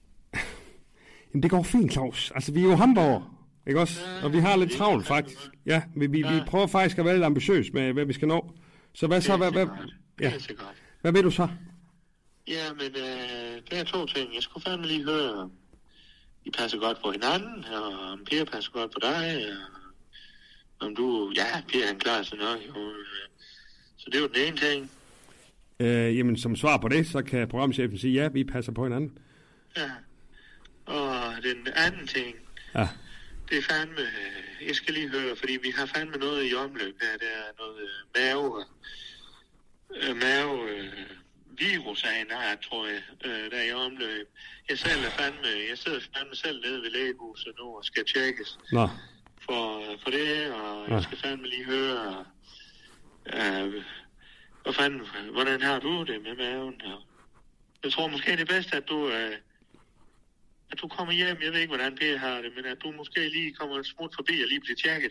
Jamen, det går fint, Claus. Altså, vi er jo Hamburg, ikke også? Ja, og vi har lidt travlt, faktisk. Ja, vi, vi, ja. vi prøver faktisk at være lidt ambitiøs med, hvad vi skal nå. Så hvad så? Hvad, hvad, ja. Hvad ved du så? Ja, men øh, der er to ting. Jeg skulle fandme lige høre, om I passer godt på hinanden, og om Per passer godt på dig, og om du... Ja, Per han klarer sig nok, jo. Så det er jo den ene ting. Øh, jamen, som svar på det, så kan programchefen sige, ja, vi passer på hinanden. Ja. Og den anden ting, ja. Det er fandme... Jeg skal lige høre, fordi vi har fandme noget i omløb her. Der er noget øh, mave... Øh, mave... Øh, virus af en art, tror jeg, øh, der er i omløb. Jeg, selv er fandme, jeg sidder fandme selv nede ved lægehuset nu og skal tjekkes Nå. For, for det, og ja. Jeg skal fandme lige høre, øh, hvor fanden, hvordan har du det med maven? Jeg tror måske det er bedst, at du, øh, at du kommer hjem. Jeg ved ikke, hvordan Per har det, men at du måske lige kommer et smut forbi og lige bliver tjekket.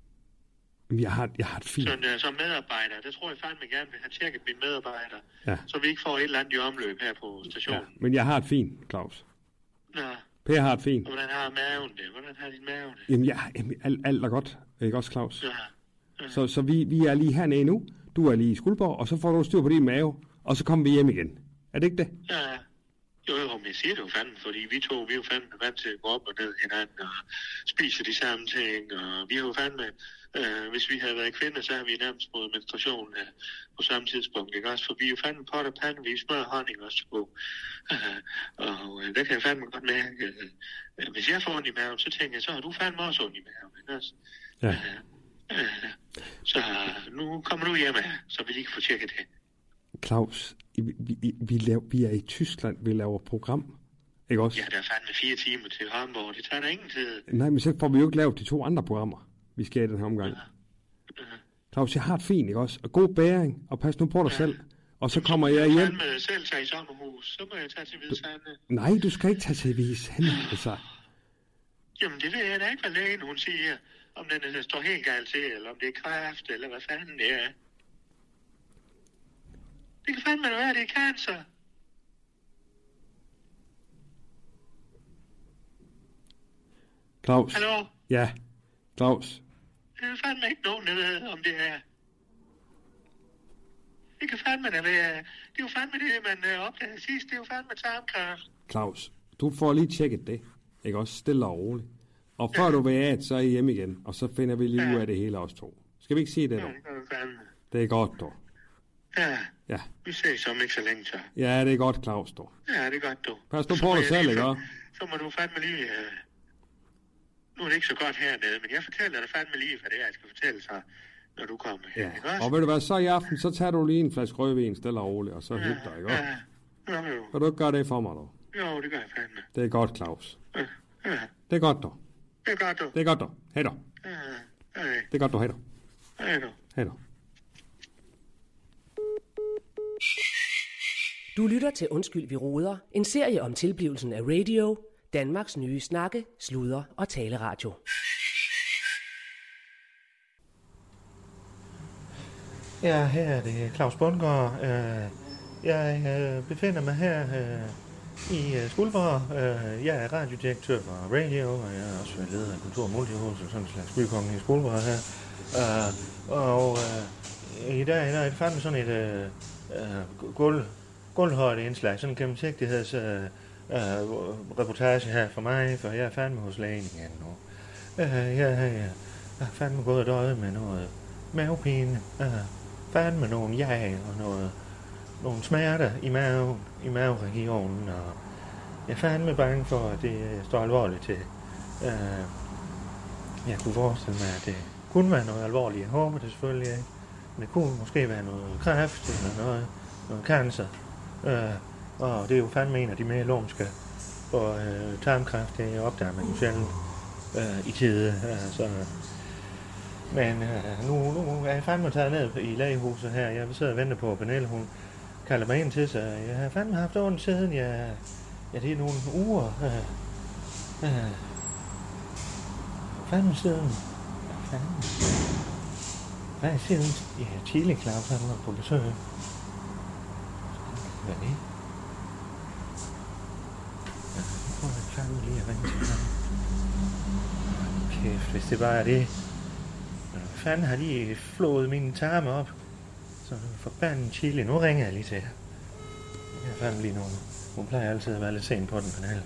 Jeg har, jeg har et fint... Som, uh, som medarbejder, det tror jeg fandme gerne vil have tjekket mine medarbejdere, ja. Så vi ikke får et eller andet i omløb her på stationen. Ja, men jeg har et fint, Claus. Nå. Per har et fint. Og hvordan har maven det? Hvordan har din mave det? Jamen, ja, jamen alt, alt er godt. Ikke også, Claus? Ja. Ja. Så, så vi, vi er lige hernede nu. Du er lige i Skuldborg, og så får du styr på din mave, og så kommer vi hjem igen. Er det ikke det? Ja, jo, jo, men jeg siger det jo fandme, fordi vi to, vi er jo fandme vant til at gå op og ned hinanden og spise de samme ting, og vi er jo fandme... Uh, hvis vi havde været kvinder, så har vi nærmest fået menstruation uh, på samme tidspunkt, ikke også? For vi er jo fandme pot og pande, vi smør honning også på. Uh, og uh, der kan jeg fandme godt mærke, uh, uh, hvis jeg får ondt i maven, så tænker jeg, så har du fandme også ondt i maven, ikke også? Ja. Uh, uh, så uh, nu kommer du hjem her, så vi lige kan få tjekket det. Claus, vi, vi, vi, laver, vi er i Tyskland, vi laver program, ikke også? Ja, der er fandme fire timer til Hamburg, det tager der ingen tid. Nej, men så får vi jo ikke lavet de to andre programmer. Vi skal i den her omgang. Ja. Ja. Claus, jeg har et fint, ikke også? Og god bæring, og pas nu på dig ja. selv. Og så kommer jeg hjem... Så må jeg selv tage i sommerhus. Så må jeg tage til Hvide Sande. Nej, du skal ikke tage til Hvide Sande, altså. Jamen, det ved jeg da ikke, hvad lægen hun siger. Om den der står helt galt til, eller om det er kræft, eller hvad fanden det er. Det kan fandme være, det er cancer. Claus. Hallo? Ja, Claus. Det er fandme ikke nogen, der ved, om det er. Det kan fandme da være. Det er jo fandme det, man øh, opdagede sidst. Det er jo fandme tarmkræft. Claus, du får lige tjekket det. Ikke også stille og roligt. Og før ja. du vil af, så er I hjemme igen. Og så finder vi lige ja. ud af det hele os to. Skal vi ikke sige det, dog? Ja, det er godt, dog. Ja. Ja. Vi ses om ikke så længe, så. Ja, det er godt, Claus, dog. Ja, det er godt, dog. Pas nu på dig selv, ikke også? Så må du fandme lige... Uh... Nu er det ikke så godt hernede, men jeg fortæller dig fandme lige, hvad det er, jeg skal fortælle sig, når du kommer her, ja. ikke også? Og ved du hvad, så i aften, så tager du lige en flaske rødvin, stille og roligt, og så ja. hygge dig, ikke også? Ja, jo, jo. Kan du ikke gøre det for mig, dog? Jo, det gør jeg fandme. Det er godt, Claus. Ja, ja. Det er godt, dog. Det er godt, dog. Det er godt, dog. Hej, dog. Ja, hej. Det er godt, dog. Hej, dog. Hej, dog. Hej, dog. Du lytter til Undskyld, vi roder. En serie om tilblivelsen af radio. Danmarks nye snakke, sludder og taleradio. Ja, her er det Claus Bundgaard. Jeg befinder mig her i Skuldborg. Jeg er radiodirektør for radio, og jeg er også leder af Kultur- og Multihus, og sådan en slags bykongen i Skuldborg her. Og i dag der er det fandme sådan et gulv, gulvhøjde indslag, sådan en gennemsigtigheds reportage her for mig, for jeg er fandme hos lægen igen nu. Jeg har fandme gået et øje med noget mavepine, fandme nogle jag og noget, nogle smerter i maven, i maveregionen, og jeg er fandme bange for, at det står alvorligt til. Jeg kunne forestille mig, at det kunne være noget alvorligt. Jeg håber det selvfølgelig ikke, men det kunne måske være noget kræft eller noget, noget cancer. Og det er jo fandme en af de mere lumske, for øh, tarmkræft, det opdager man jo sjældent øh, i tide. Altså. Men øh, nu, nu er jeg fandme taget ned i lægehuset her. Jeg sidder og venter på, at Pernille, hun kalder mig ind til sig. Jeg har fandme haft ondt siden, jeg, ja, det er nogle uger. Øh, øh, fandme siden. Fandme. Hvad er siden? Ja, Chile Claus, han var på besøg. Hvad er det? Jeg fandme lige at ringe til ham. Kæft, hvis det bare er det. Hvad fanden har de flået mine tarme op? Så forbandet Chile. Nu ringer jeg lige til jer. Jeg er fandme lige nu. Hun plejer altid at være lidt sent på den kanal.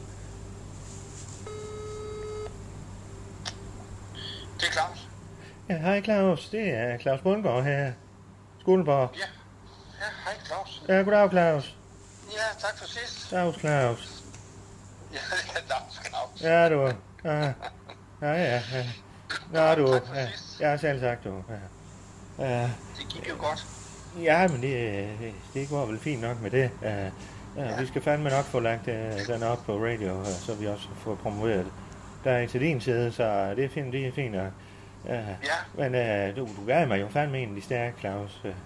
Det er Claus. Ja, hej Claus. Det er Claus Bundgaard her. Skuldborg. Ja. Ja, hej Claus. Ja, goddag Claus. Ja, tak for sidst. Dags Claus. Ja, dags Claus. Ja, du. Ja, ja, ja. ja. Nå, du. Tak for Ja, sidst. ja, selv sagt, du. Ja. Ja. Det gik jo godt. Ja, men det, det går vel fint nok med det. Ja, ja. Vi skal fandme nok få lagt uh, den op på radio, så vi også får promoveret det. Der er til din side, så det er fint, det er fint nok. Ja. Ja. Men uh, du, du gav mig jo fandme en af de stærke, Claus. Ja,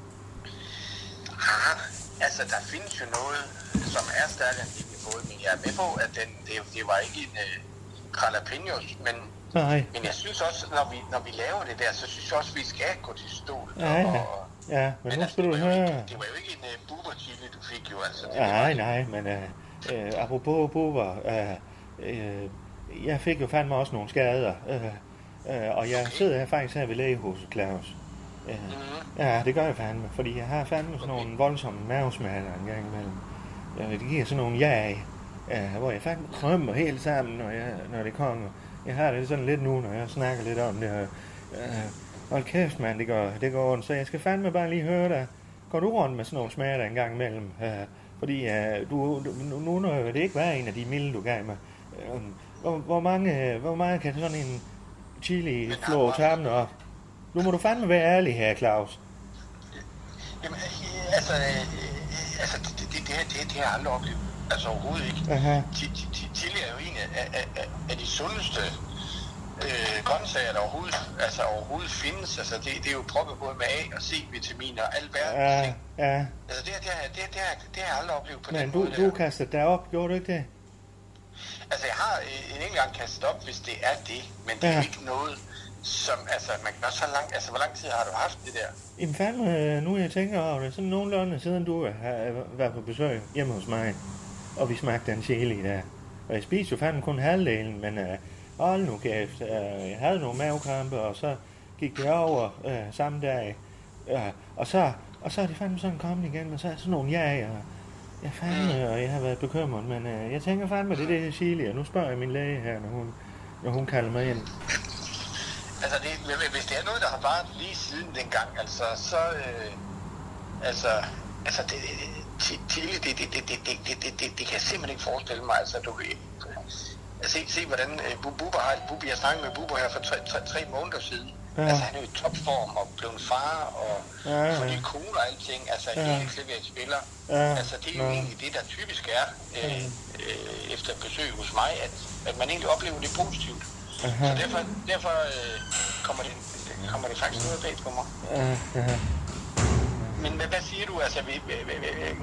altså der findes jo noget, som er stærkere end det, vi har fået, men jeg er med på, at den, det, det var ikke en uh, jalapenos, men, men jeg synes også, når vi, når vi laver det der, så synes jeg også, at vi skal gå til stol. Ja, ja. Og, ja, men, men nu altså, skal du høre... Ikke, det var jo ikke en uh, buber chili, du fik jo, altså. Det nej, nej, men uh, uh, apropos buber, uh, uh, jeg fik jo fandme også nogle skader, uh, uh, og jeg okay. sidder her faktisk her ved lægehuset, Claus. Uh, mm-hmm. Ja, det gør jeg fandme, fordi jeg har fandme sådan okay. nogle voldsomme mavesmerter en gang imellem. Uh, det giver sådan nogle jag, uh, hvor jeg fandme krømmer helt sammen, når, jeg, når det kommer. Jeg har det sådan lidt nu, når jeg snakker lidt om det. Uh, hold kæft, mand, det går, det går ondt, så jeg skal fandme bare lige høre dig. Går du rundt med sådan nogle smerter en gang imellem? Uh, fordi uh, du, du, nu når det ikke være en af de milde, du gav mig. Uh, hvor, hvor, mange, hvor meget kan sådan en chili flå tarmene op? Nu må du fandme være ærlig her, Claus. Jamen, altså, øh, altså det, det, det, det, det har jeg aldrig oplevet. Altså overhovedet ikke. Aha. Chili er jo en af, af, af, af de sundeste øh, grøntsager, der overhovedet, altså, overhovedet findes. Altså, det, det er jo proppet både med A- og C-vitaminer og alt verdens Ja, ting. ja. Altså, det, det, det, det, det, det har jeg aldrig oplevet på Men den du, måde. du der. kastede dig op, gjorde du ikke det? Altså, jeg har øh, en enkelt gang kastet op, hvis det er det. Men det er Ja. jo ikke noget, som, altså, man kan også så lang, altså, hvor lang tid har du haft det der? Jamen fandme, nu jeg tænker over det, sådan nogenlunde siden du har været på besøg hjemme hos mig, og vi smagte den chili der. Og jeg spiste jo fandme kun halvdelen, men uh, hold nu kæft, uh, jeg havde nogle mavekrampe, og så gik det over uh, samme dag. Uh, og, så, og så er det fandme sådan kommet igen, og så er sådan nogle ja, og jeg fandme, og jeg har været bekymret, men uh, jeg tænker fandme, det er det chili, og nu spørger jeg min læge her, når hun, når hun kalder mig ind. Altså, det, hvis det er noget, der har varet lige siden dengang, altså, så, øh, altså, altså, det, chili, det, det, det, det, det, det, det, det, det kan jeg simpelthen ikke forestille mig, altså, du kan, altså, se, se, hvordan øh, Bubber har, Bubber, jeg snakkede med Bubber her for tre, tre, tre måneder siden, ja. Altså, han er jo i topform og blevet far, og ja, ja. for de kone og alting, altså, ja. Hele klippet spiller, ja. Altså, det er jo ja. Egentlig det, der typisk er, øh, øh, efter besøg hos mig, at, at man egentlig oplever det positivt. Aha. Så derfor, derfor øh, kommer, det, kommer det faktisk noget bag på mig. Aha. Men hvad, hvad siger du? Altså, vi, vi, vi,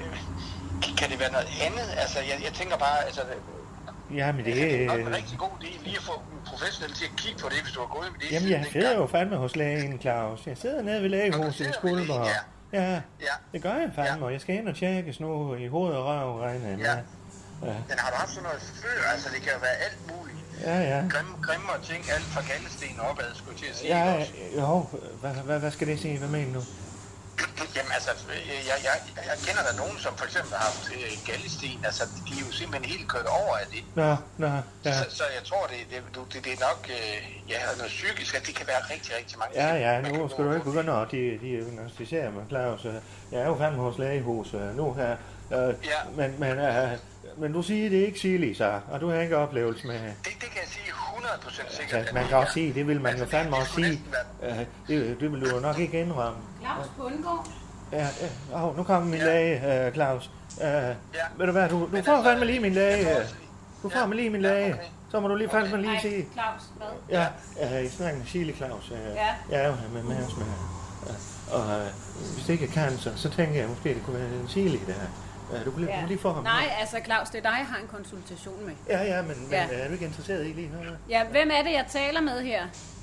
vi, kan det være noget andet? Altså, jeg, jeg tænker bare, altså... Jamen det er... Det er nok en rigtig god idé lige at få en professionel til at kigge på det, hvis du har gået med det. Jamen jeg sidder jo fandme hos lægen, Claus. Jeg sidder nede ved lægehuset i Skuldborg. Ja. Ja, ja, det gør jeg fandme, ja. Og jeg skal ind og tjekkes nu i hoved og røv, regner jeg med. Ja. Ja. Men har du haft sådan noget før? Altså, det kan jo være alt muligt. Ja, ja. Grimme, grimme ting, alt fra galdesten opad, skulle jeg til at sige. Ja, jo, hvad, hvad, hvad skal det sige? Hvad mener du? Jamen altså, jeg, jeg, jeg kender der nogen, som for eksempel har haft øh, galdesten, altså de er jo simpelthen helt kørt over af det. Nå, nå, ja. Så, så jeg tror, det, det, det, det er nok, øh, ja, noget psykisk, at det kan være rigtig, rigtig mange. Ja, ja, nu skal du ikke begynde at de, de diagnostiserer mig, Claus. Jeg er jo fandme hos lægehus nu her. Øh, ja. Men, men, øh, men du siger, det er ikke chili, så, og du har ikke oplevelse med... Det, det kan jeg sige hundrede procent sikkert. Altså, man kan også sige, det vil man altså, jo fandme også sige. Øh, det, det vil du jo nok ikke indrømme. Claus Bundgaard. Ja, ja. Oh, nu kommer min ja. læge, uh, Claus. Uh, ja. Ved du hvad, du, du får fandme lige min læge. Du får ja. mig lige min læge. Ja, okay. Så må du lige fandme okay. lige sige... Claus, hvad? Ja, uh, jeg snakker med Chili Claus. Uh, ja. Jeg er jo her med med os med. Uh, og uh, hvis det ikke er cancer, så tænker jeg måske, det kunne være en Chili der. Uh, du kunne lige, ja. lige få ham. Nej, her. Altså Claus, det er dig, jeg har en konsultation med. Ja, ja, men, ja. men er du ikke interesseret i lige noget? Ja, hvem er det, jeg taler med her?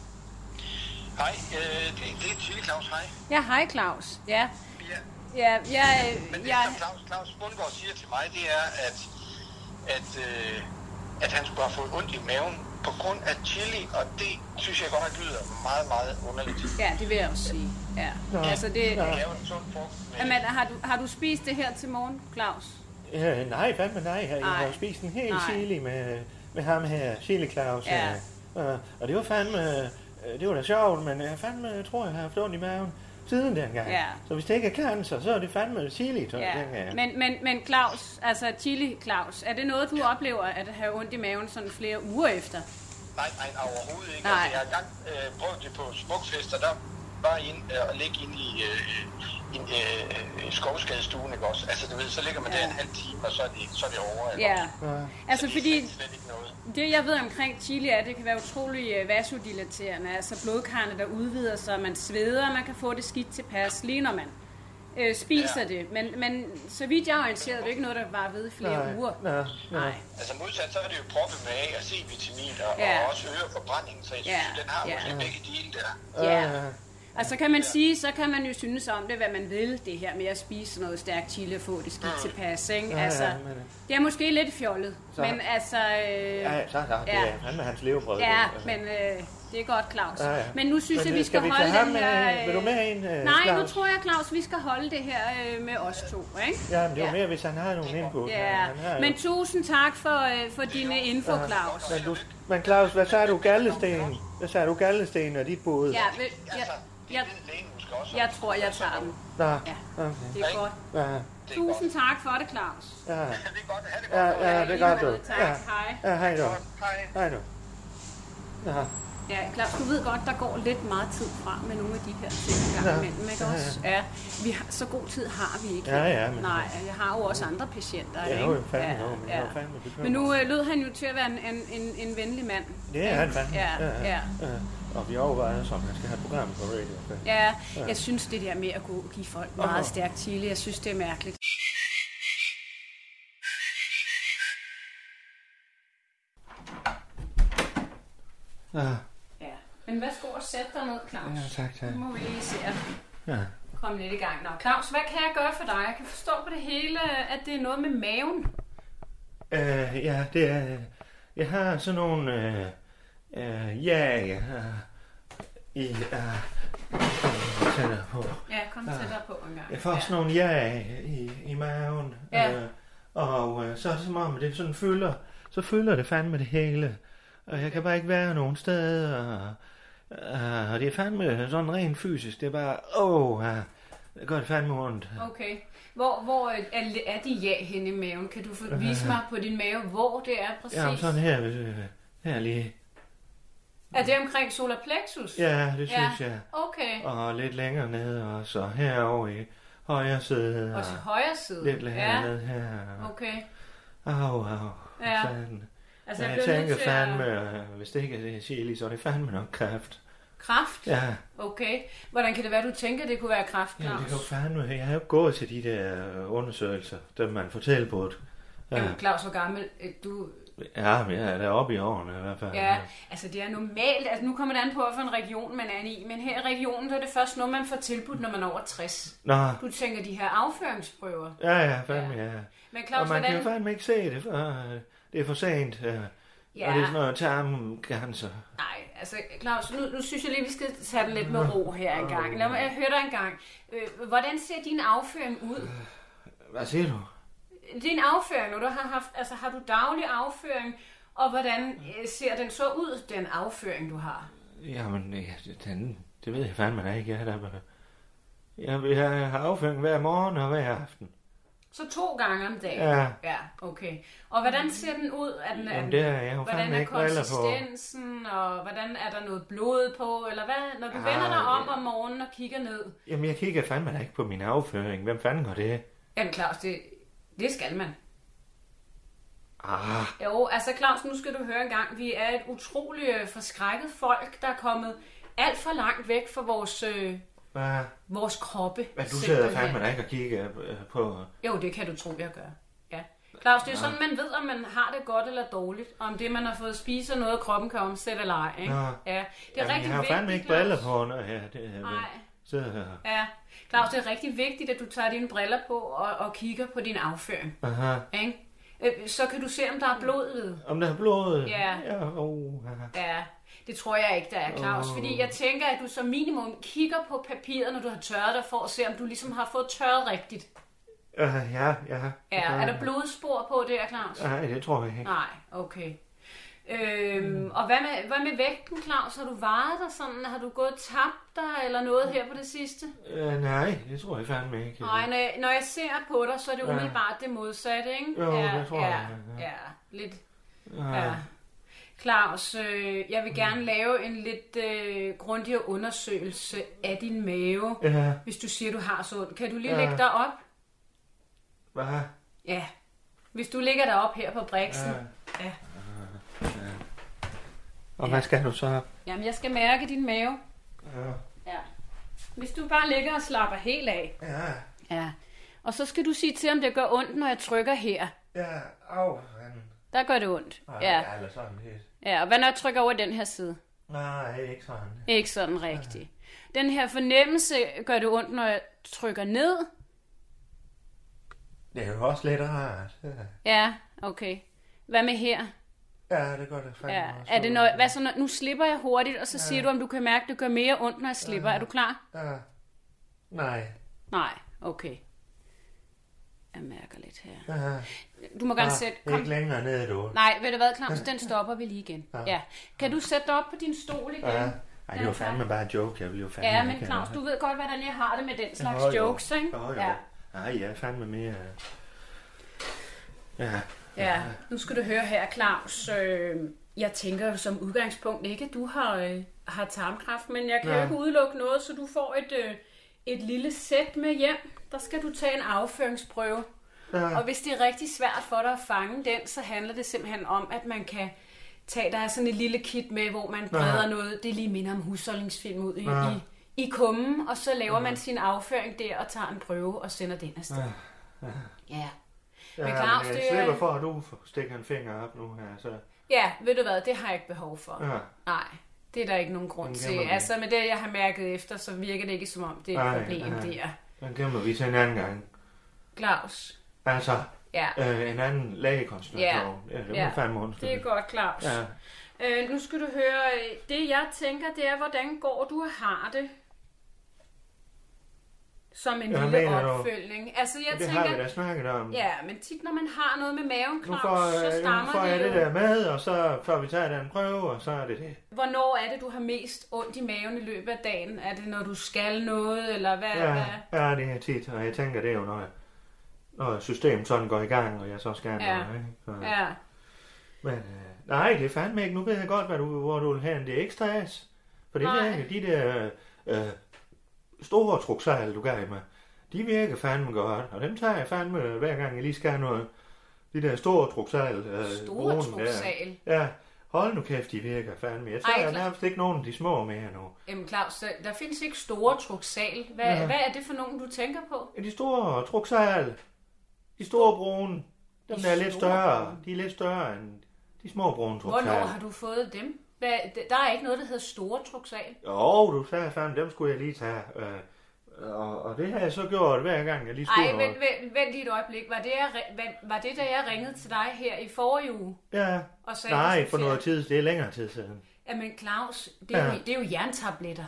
Hej, øh, det, det er Chili Claus, hej. Ja, hej Claus. Ja. Ja, ja, ja men det, jeg... som Claus, Claus Bundgaard siger til mig, det er, at, at, øh, at han skulle have fået ondt i maven på grund af chili, og det synes jeg godt nok lyder meget, meget underligt. Ja, det vil jeg også sige. Ja. Nå, altså det... Det er jo en sund frugt. Men har du, har du spist det her til morgen, Claus? Ja, nej, fandme nej. Jeg har spist en hel nej. chili med, med ham her, Chili Claus. Ja. Uh, og det var fandme... Det var da sjovt, men jeg fandme tror, jeg har haft ondt i maven siden dengang. Ja. Så hvis det ikke er cancer, så er det fandme chili, så ja. dengang. Men, men, men Claus, altså Chili Claus, er det noget, du ja. oplever at have ondt i maven sådan flere uger efter? Nej, nej, overhovedet ikke. Nej. Altså, jeg har engang øh, prøvet det på Smukfester, der var ind øh, og ligge inde i øh, en, øh, skovskadestuen, ikke også? Altså, du ved, så ligger man ja. der en halv time, og så er det, så er det over. Ja, ja. Altså så fordi... Det, slet ikke noget. Det jeg ved omkring chili er, at det kan være utrolig vasodilaterende, altså blodkarrene, der udvider sig, man sveder, man kan få det skidt tilpas, lige når man øh, spiser ja. det. Men, men så vidt jeg er orienteret, er det ikke noget, der var ved i flere nej, uger. Nej, nej. Altså modsat, så er det jo proppet med A og C-vitaminer, ja. og også øger forbrændingen, så jeg synes, ja. den har ja. måske begge dele der. Ja. Og så kan man sige, så kan man jo synes om det, hvad man vil, det her med at spise noget stærkt chili og få det skidt mm. tilpas, ikke? Ja, altså, ja, men... det er måske lidt fjollet, så... men altså... Øh... Ja, så, så det ja. er han med hans levebrød. Ja, altså. men øh, det er godt, Claus. Ja, ja. Men nu synes men, jeg, vi skal, skal vi holde ham, den her... Øh... Vil du med en, øh, Nej, Claus? nu tror jeg, Claus, vi skal holde det her øh, med os to, ikke? Ja, men det er ja. mere, hvis han har nogle input. Ja, han har men jo... tusind tak for, øh, for dine info, ja. Claus. Men, du, men Claus, hvad sagde du galdesten? Hvad sagde du galdesten og dit bud? Ja, vel, ja, ja. Jeg tror, jeg tager den. Nå, ja, okay. det er godt. Ja. Tusind tak for det, Claus. Ja, det er godt. Ha' det godt. Ja, ja, det er godt, du. Tak, ja. hej. Ja, hej du. Hej. Hej du. Ja. Ja, Claus, du ved godt, der går lidt meget tid fra med nogle af de her ting en gang imellem, ikke ja, også? Ja, vi har, så god tid har vi ikke. Ja, ja, men... Nej, jeg har jo også andre patienter, ja, ikke? Jo, fandme, ja, jo, men ja. jeg er fandme bekymret. Men nu øh, lød han jo til at være en, en, en, en venlig mand. Det er han fandme. Ja, ja. ja. ja. Og vi overvejer, som han skal have et program på radio. Okay? Ja, jeg synes det der med at gå og give folk meget oh. stærkt chili, jeg synes det er mærkeligt. Ja. Ja, men værsgo og sæt dig ned, Claus. Ja, tak, tak. Nu må vi lige se at ja. komme lidt i gang. Nå, Claus, hvad kan jeg gøre for dig? Jeg kan forstå på det hele, at det er noget med maven. Øh, ja, det er... Jeg har sådan nogle... Øh, øh, ja, ja... I... Øh, tættere på. Ja, kom tættere på en gang. Jeg får ja. sådan nogle ja i, i maven. Ja. Øh, og øh, så er det som om, det sådan fylder... Så fylder det fandme det hele. Og jeg kan bare ikke være nogen steder. Og, uh, og det er fandme sådan rent fysisk. Det er bare, åh, oh, uh, det gør det fandme ondt. Okay. Hvor, hvor er, er de ja henne i maven? Kan du vise mig på din mave, hvor det er præcis? Ja, sådan her, her lige. Er det omkring solar plexus? Ja, det synes ja. jeg. Okay. Og lidt længere ned, og så herovre i højre side. Også i højre side? Lidt længere ja. ned her. Okay. Au, au. Ja. Fanden. Altså, jeg, jeg tænker fandme, at... hvis det ikke er chili, så er det fandme nok kræft. Kræft? Ja. Okay. Hvordan kan det være, du tænker, det kunne være kræft, Claus? Ja, det kan jo fandme. Jeg har jo gået til de der undersøgelser, dem man får tilbudt. Ja. Jamen, Claus, hvor gammel du... Ja, men jeg er deroppe i årene i hvert fald. Ja, altså det er normalt. Altså nu kommer det an på, hvilken region man er i. Men her i regionen, så er det først noget, man får tilbudt, når man er over tres. Nå. Du tænker de her afføringsprøver. Ja, ja, fandme, ja. ja. Men Claus, og man hvordan... kan jo fandme ikke se det, for det er for sent. Ja. Og det er sådan noget tarmcancer. Nej, altså Claus, nu, nu synes jeg lige, vi skal tage den lidt med ro her en gang. Lad mig jeg høre dig en gang. Øh, hvordan ser din afføring ud? Hvad siger du? Din afføring, når du har haft, altså har du daglig afføring, og hvordan øh, ser den så ud, den afføring, du har? Jamen, ja, den, det ved jeg fandme da ikke. Jeg, der, jeg, jeg har afføring hver morgen og hver aften. Så to gange om dagen? Ja. Ja, okay. Og hvordan ser den ud? Er den, Jamen, det er jeg jo hvordan er ikke briller på. konsistensen, og hvordan er der noget blod på, eller hvad? Når du ja, vender dig om om morgenen og kigger ned? Jamen, jeg kigger fandme da ikke på min afføring. Hvem fanden går det? Jamen, Claus, det, det skal man. Ah. Jo, altså Claus, nu skal du høre en gang. Vi er et utroligt forskrækket folk, der er kommet alt for langt væk fra vores... Øh, Hvad? Vores kroppe. Hvad, du sidder fandme da ikke og kigger på... Jo, det kan du tro, jeg gør. Ja. Claus, det er ja. sådan, man ved, om man har det godt eller dårligt. Om det, man har fået spist, og noget, kroppen kan omsætte eller ej. Ikke? Ja. Ja. Det er Jamen, rigtig jeg har vigtigt, fandme ikke Claus. briller på, når jeg Nej. sidder her. Ja. Claus, det er rigtig vigtigt, at du tager dine briller på og, og kigger på din afføring. Aha. Ikke? Så kan du se, om der er blod ved. Om der er blod? Ja. Ja, oh, ja. Det tror jeg ikke, der er, Claus. Oh. Fordi jeg tænker, at du som minimum kigger på papiret, når du har tørret dig, for at se, om du ligesom har fået tørret rigtigt. Uh, ja, ja. Ja, er der blodspor på det, Claus? Nej, det tror jeg ikke. Nej, okay. Øhm, mm. Og hvad med, hvad med vægten, Claus? Har du vejet dig sådan? Har du gået tabt dig eller noget her på det sidste? Uh, nej, det tror jeg fandme ikke. Nej, når jeg, når jeg ser på dig, så er det umiddelbart det modsatte, ikke? Jo, ja, det tror ja, jeg. Ja, ja lidt. Ja. Ja. Claus, øh, jeg vil gerne lave en lidt øh, grundigere undersøgelse af din mave, ja. Hvis du siger, du har sådan. Kan du lige ja. lægge dig op? Hvad? Ja. Hvis du ligger dig op her på briksen. Ja. ja. ja. Og ja. Hvad skal du så? Jamen, jeg skal mærke din mave. Ja. Ja. Hvis du bare ligger og slapper helt af. Ja. Ja. Og så skal du sige til, om det gør ondt, når jeg trykker her. Ja, au. Der gør det ondt. Nej, ja. Eller sådan lidt. Ja, og hvad når jeg trykker over den her side? Nej, ikke sådan. Ikke sådan rigtigt. Ja. Den her fornemmelse gør det ondt, når jeg trykker ned. Det er jo også lidt rart. Ja, ja okay. Hvad med her? Ja, det gør det fandme ja. også. Er det noget, hvad så, når, nu slipper jeg hurtigt, og så ja. siger du, om du kan mærke, at det gør mere ondt, når jeg slipper. Ja. Er du klar? Ja. Nej. Nej, okay. Jeg mærker lidt her. Ja. Du må gerne ja, sætte... Kom. Ikke længere ned, du. Nej, ved du hvad, Claus? Den stopper vi lige igen. Ja. ja. Kan du sætte dig op på din stol igen? Ja. Ej, det var fandme bare en joke. Jeg vil jo fandme ja, men Claus, du ved godt, hvordan jeg har det med den slags jo, jokes, ikke? Jo, jo. Ja. Ej, jeg er fandme mere... Ja. Ja, nu skal du høre her, Claus. Øh, Jeg tænker jo som udgangspunkt ikke, at du har, øh, har tarmkræft, men jeg kan Ja. jo ikke udelukke noget, så du får et, øh, et lille sæt med hjem. Der skal du tage en afføringsprøve. Ja. Og hvis det er rigtig svært for dig at fange den, så handler det simpelthen om, at man kan tage, der er sådan et lille kit med, hvor man breder Ja. noget, det lige minder om husholdningsfilm ud i, Ja. i, i kummen, og så laver Ja. man sin afføring der og tager en prøve og sender den afsted. Ja. Ja. Ja, Men Claus, jeg det slipper er... for, at du stikker en finger op nu her. Så. Ja, ved du hvad, det har jeg ikke behov for. Ja. Nej, det er der ikke nogen grund Den til. gemmer vi. Altså med det, jeg har mærket efter, så virker det ikke som om, det er et Nej, problem nej. der. Den gemmer vi til en anden gang. Claus. Altså, Ja. øh, en anden lægekonstellation. Ja. Ja, det må Ja. fandme undskylde. Det er godt, Claus. Ja. Øh, nu skal du høre, øh, det jeg tænker, det er, hvordan går du og har det? Som en Hvad lille mener du? opfølgning. Altså, jeg Det tænker, har vi da snakket om. ja, men tit når man har noget med maven, Nu Claus, får, så øh, nu stammer får jeg det det jo. der med, og så får vi taget den prøve, og så er det det. Hvornår er det, du har mest ondt i maven i løbet af dagen? Er det, når du skal noget, eller hvad? Ja, hvad? ja, det er tit, og jeg tænker, det er jo, når, når systemet sådan går i gang, og jeg så skal Ja. noget. Ikke? Så, Ja. Men øh, nej, det er fandme ikke. Nu ved jeg godt, hvad du, hvor du vil have. Det er ikke stress. For det Nej. virker, de der øh, store truksejl, du gav mig, de virker fandme godt. Og dem tager jeg fandme, hver gang jeg lige skal noget. De der store truksejl. Øh, Store brune truksejl? Der. Ja, hold nu kæft, de virker fandme. Jeg tager Ej, Ej, klar. nærmest ikke nogen af de små mere nu. Jamen Claus, der, der findes ikke store truksal. Hvad, Ja. hvad er det for nogen, du tænker på? Ja, de store truksejl. De store brune. Dem De der er lidt store større. brune? De er lidt større end de små brune truksejl. Hvornår har du fået dem? Hvad, der er ikke noget, der hedder store truksal. Jo, du sagde fandme, dem skulle jeg lige tage. Øh, og, og det har jeg så gjort hver gang, jeg lige skulle Ej, noget. vent, vent, vent lige et øjeblik. Var det, jeg, ri- var, var det, da jeg ringede til dig her i forrige uge? Ja, Og sagde, nej, du for skulle noget til- tid, det er længere tid siden. Jamen Claus, det er, Ja. jo, det er jo jerntabletter.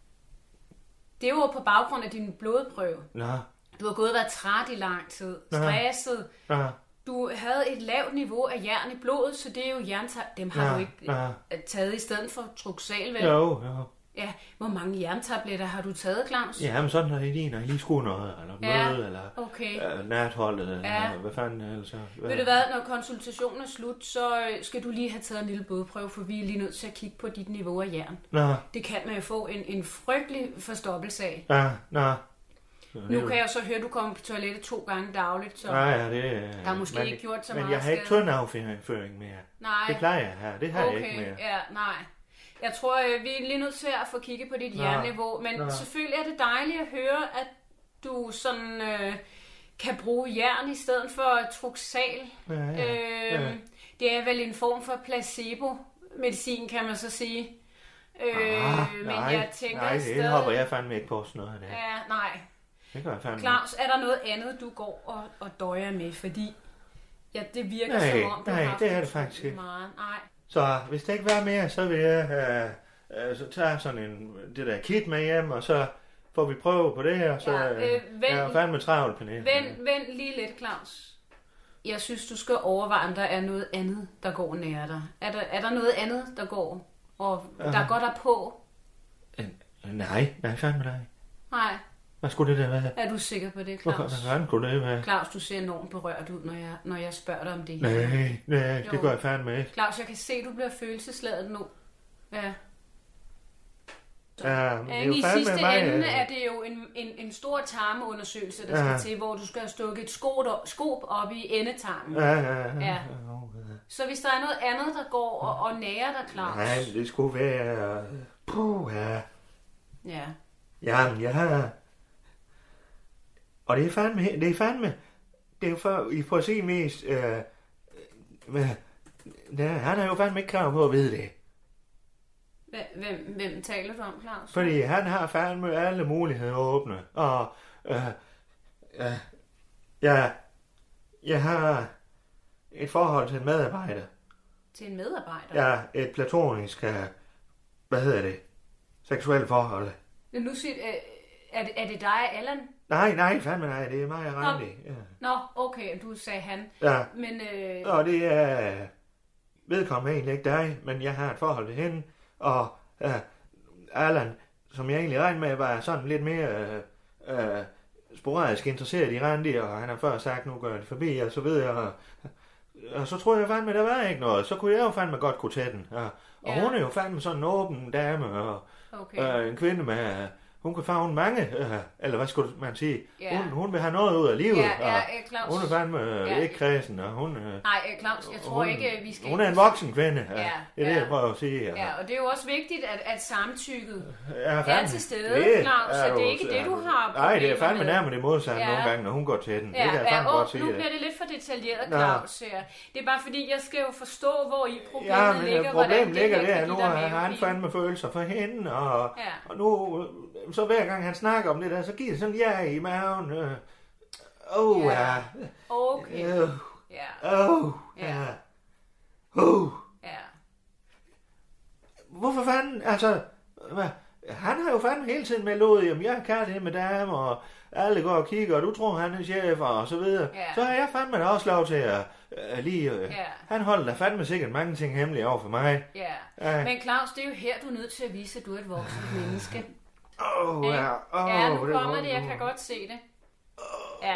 Det er jo på baggrund af din blodprøve. Nå, Du har gået og været træt i lang tid, Nå. stresset. nå, Du havde et lavt niveau af jern i blodet, så det er jo jerntabletter. Dem har Nå, du ikke nå. øh, taget i stedet for truksal, vel? jo, jo. Ja, hvor mange jerntabletter har du taget, Claus? Ja, men sådan er det lige, når jeg lige skulle noget, eller Ja, møde, eller okay. øh, natholdet, eller Ja. hvad fanden ellers. Ved du hvad, når konsultationen er slut, så øh, skal du lige have taget en lille blodprøve, for vi er lige nødt til at kigge på dit niveau af jern. Nå, Det kan man jo få en, en frygtelig forstoppelse af. ja, nå. Så Nu det- kan jeg jo så høre, at du kommer på toilettet to gange dagligt, så Ja, ja, det der er måske men, ikke gjort så men meget jeg har ikke skade. tynd afføring mere. Nej. Det plejer jeg her, det har okay, jeg ikke mere. ja, nej. Jeg tror, øh, vi er lige nødt til at få kigget på dit Nå, jernniveau, men nå. selvfølgelig er det dejligt at høre, at du sådan øh, kan bruge jern i stedet for truksal. Ja, ja, øh, ja. Det er vel en form for placebo-medicin, kan man så sige. Øh, Ah, men nej, jeg tænker nej, det stadig... hopper jeg fandme ikke på sådan noget der. Ja, nej. Det gør jeg fandme Claus, er der noget andet, du går og, og døjer med? Fordi ja, det virker Nej, som om, du nej, har haft det er det utrolig faktisk ikke. meget. Nej. Så hvis det ikke var mere, så vil jeg øh, øh, så tage sådan en, det der kit med hjem, og så får vi prøve på det her. Så Ja, øh, øh, vent- jeg er fandme travlt på det. Vent, vent lige lidt, Claus. Jeg synes, du skal overveje, om der er noget andet, der går nær dig. Er der, er der noget andet, der går, og Ja. der går der på? Nej, nej, fandme nej. Nej. Hvad skulle det der være? Er du sikker på det, Hvor Claus? fanden skulle det være? Claus, du ser enormt berørt ud, når jeg, når jeg spørger dig om det. Nej, nej, Jo. det gør jeg fandme ikke. Claus, jeg kan se, du bliver følelsesladet nu. Ja. Ja, men det er I jo fandme sidste mig, ende øh, er det jo en, en, en stor tarmeundersøgelse, der Ja. skal til, hvor du skal have stukket et skop, skop op i endetarmen. Ja, ja, ja. ja. Så hvis der er noget andet, der går og, og nærer dig, Claus. Nej, det skulle være... Puh, ja. Ja. Jamen, jeg har... Og det er fandme... Det er fandme... Det er jo for... I får se mest... Øh, men, ja, han er jo fandme ikke krav på at vide det. Hvem, hvem taler du om, Claus? Fordi han har fandme alle muligheder åbne. Og... Øh, øh, ja... Jeg har... Et forhold til en medarbejder. Til en medarbejder? Ja, et platonisk... Øh, hvad hedder det? Seksuelt forhold. Men nu siger, øh, er, det, er det dig, Allan? Nej, nej, fandme nej. Det er mig og Randi. Ja. Nå, okay, du sagde han. Ja. Men, øh, Og det er vedkommende egentlig ikke dig, men jeg har et forhold til hende, og uh, Allan, som jeg egentlig regnede med, var sådan lidt mere uh, uh, sporadisk interesseret i Randi, og han har før sagt, nu går det forbi, og så ved jeg, og og så troede jeg fandme, der var ikke noget. Så kunne jeg jo fandme godt kunne tage den. Ja. Og Ja. hun er jo fandme sådan en åben dame, og Okay. øh, en kvinde med... Hun kan favne mange, øh, eller hvad skulle man sige? Ja. Hun, hun vil have noget ud af livet. Ja, ja, og øh, Claus. hun er fandme øh, Ja. ikke kredsen, og hun... Øh, Nej, øh, Claus, jeg tror hun, ikke, vi skal... Hun er en voksen kvinde, ja. Ja, Det er det, ja. jeg prøver at sige. Ja. Ja, og det er jo også vigtigt, at, at samtykket Ja, er fandme. til stede, Det Claus, så er det er jo- ikke det, du har Nej, det er problemer fandme med. nærmere det modsatte Ja. nogle gange, når hun går til den. Ja, det kan jeg ja, fandme og godt sige. nu det. bliver det lidt for detaljeret, Nå. Claus. Ja. Det er bare fordi, jeg skal jo forstå, hvor i problemet Ja, men ligger, øh, hvordan problemet det ligger her der, kan at nu give dig har han mavepine. fandme følelser for hende, og, Ja. og nu, øh, så hver gang han snakker om det der, så giver det sådan ja i maven. Øh. Åh, Ja. ja. Okay. Øh. Ja. Åh, Ja. ja. Åh. Ja. Hvorfor fanden, altså, hvad? Han har jo fandme hele tiden meldt ud, jamen jeg er kærlighed med damer, og alle går og kigger, og du tror, han er chef, og så videre. Ja. Så har jeg fandme da også lov til at uh, lige... Uh, Ja. Han holder da fandme sikkert mange ting hemmelige over for mig. Ja. Ja. Men Claus, det er jo her, du er nødt til at vise, at du er et vokset menneske. Åh, Ikke? ja. Åh, Ja, nu det kommer var- det, jeg kan godt se det. Ja.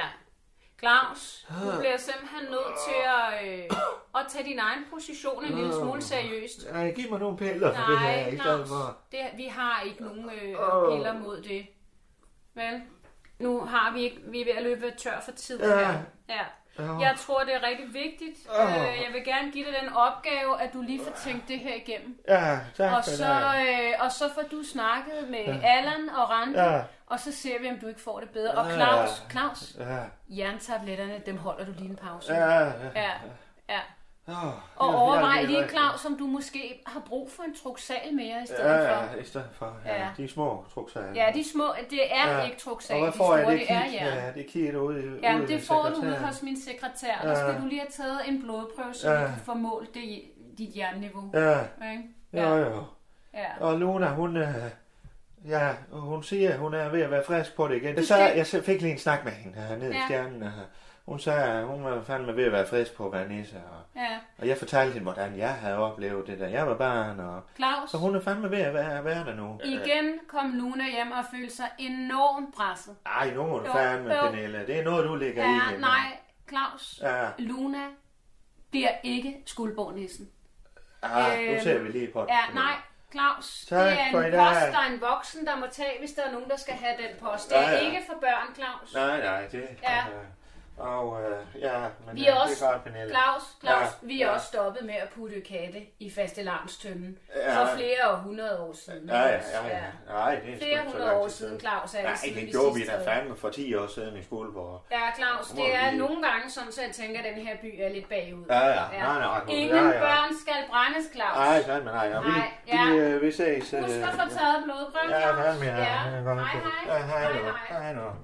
Claus, du bliver simpelthen nødt til at, øh, at tage din egen position en lille smule seriøst. Ej, giv mig nogle piller for det her, Nej, i stedet Claus, for... det, vi har ikke nogen øh, Åh. piller mod det. Vel? Nu har vi ikke, vi er ved at løbe tør for tid Ja. her. Ja. Ja. Jeg tror, det er rigtig vigtigt. Åh. Øh, jeg vil gerne give dig den opgave, at du lige får tænkt det her igennem. Ja, tak Og for så, det. øh, og så får du snakket med Ja. Allan og Randi, Ja. og så ser vi, om du ikke får det bedre. Og Ja. Claus, Claus, Ja. jerntabletterne, dem holder du lige en pause. Ja, ja, ja. ja. Åh, Og jeg- overvej jeg- lige, jeg- Claus, om du måske har brug for en truksal mere i stedet Ja, for. ja, i stedet for. Ja, Ja. de små truksager. Ja, de små, det er Ja. ikke truksal, Og hvad de får jeg store, det det er kit? jern. Ja, det kit ude i Ja, ude det ved får du ude sekretæren. hos min sekretær. Der Ja. skal du lige have taget en blodprøve, så Ja. vi kan få målt det i dit jernniveau. Ja. Ikke? Jo, jo. Ja. Og Luna, hun, øh, ja, hun siger, at hun er ved at være frisk på det igen. Det skal- sagde, jeg fik lige en snak med hende her nede i Ja. stjernen. øh. Hun sagde, at hun var fandme ved at være frisk på Vanessa. Og, Ja. og jeg fortalte hende, hvordan jeg havde oplevet det, da jeg var barn. Og, Claus. så hun er fandme ved at være, være der nu. Igen kom Luna hjem og følte sig enormt presset. Ej, nu må du Jo, fandme, jo. Pernille. Det er noget, du ligger i. Ja, hende. nej, Claus. Ja. Luna bliver ikke skuldborgnissen. Ah, nu Øhm, ser vi lige på det. Ja, nej, Claus. Tak det er for en i post, dag. der er en voksen, der må tage, hvis der er nogen, der skal have den post. Det er Ja, ja. ikke for børn, Claus. Nej, nej, det Ja. øh, Og øh, ja, men Vi er øh, også, det er godt, Pernille. Claus, Claus, Ja, vi er ja. også stoppet med at putte katte i fastelavnstønden Ja. for flere hundrede år siden. Ja, ja, ja, ja. Nej, det er sgu Flere ikke så hundrede lang år tid siden, Claus, er det Nej, siden det vi gjorde vi sidst da havde- fandme for ti år siden i Skuldborg. Ja, Claus, Nu må det vi er lige- nogle gange sådan, så jeg tænker, at den her by er lidt bagud. Ja, ja. Nej, nej, nej. Ingen Ja, ja. børn skal brændes, Claus. Nej, fandme nej. Ja. Vi, Nej, ja. vi, øh, vi ses. øh, Husk at få taget blodprøve, Ja, Claus. fandme, ja. Ja. Det er godt. Hej, hej. Ja, hej, Hej, nu. hej. Hej nu.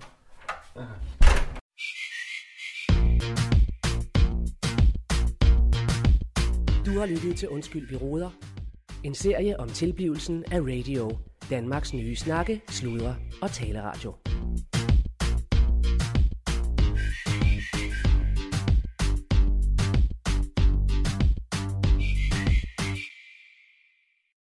Du har lyttet til Undskyld, vi råder. En serie om tilblivelsen af radio. Danmarks nye snakke, sludre og taleradio.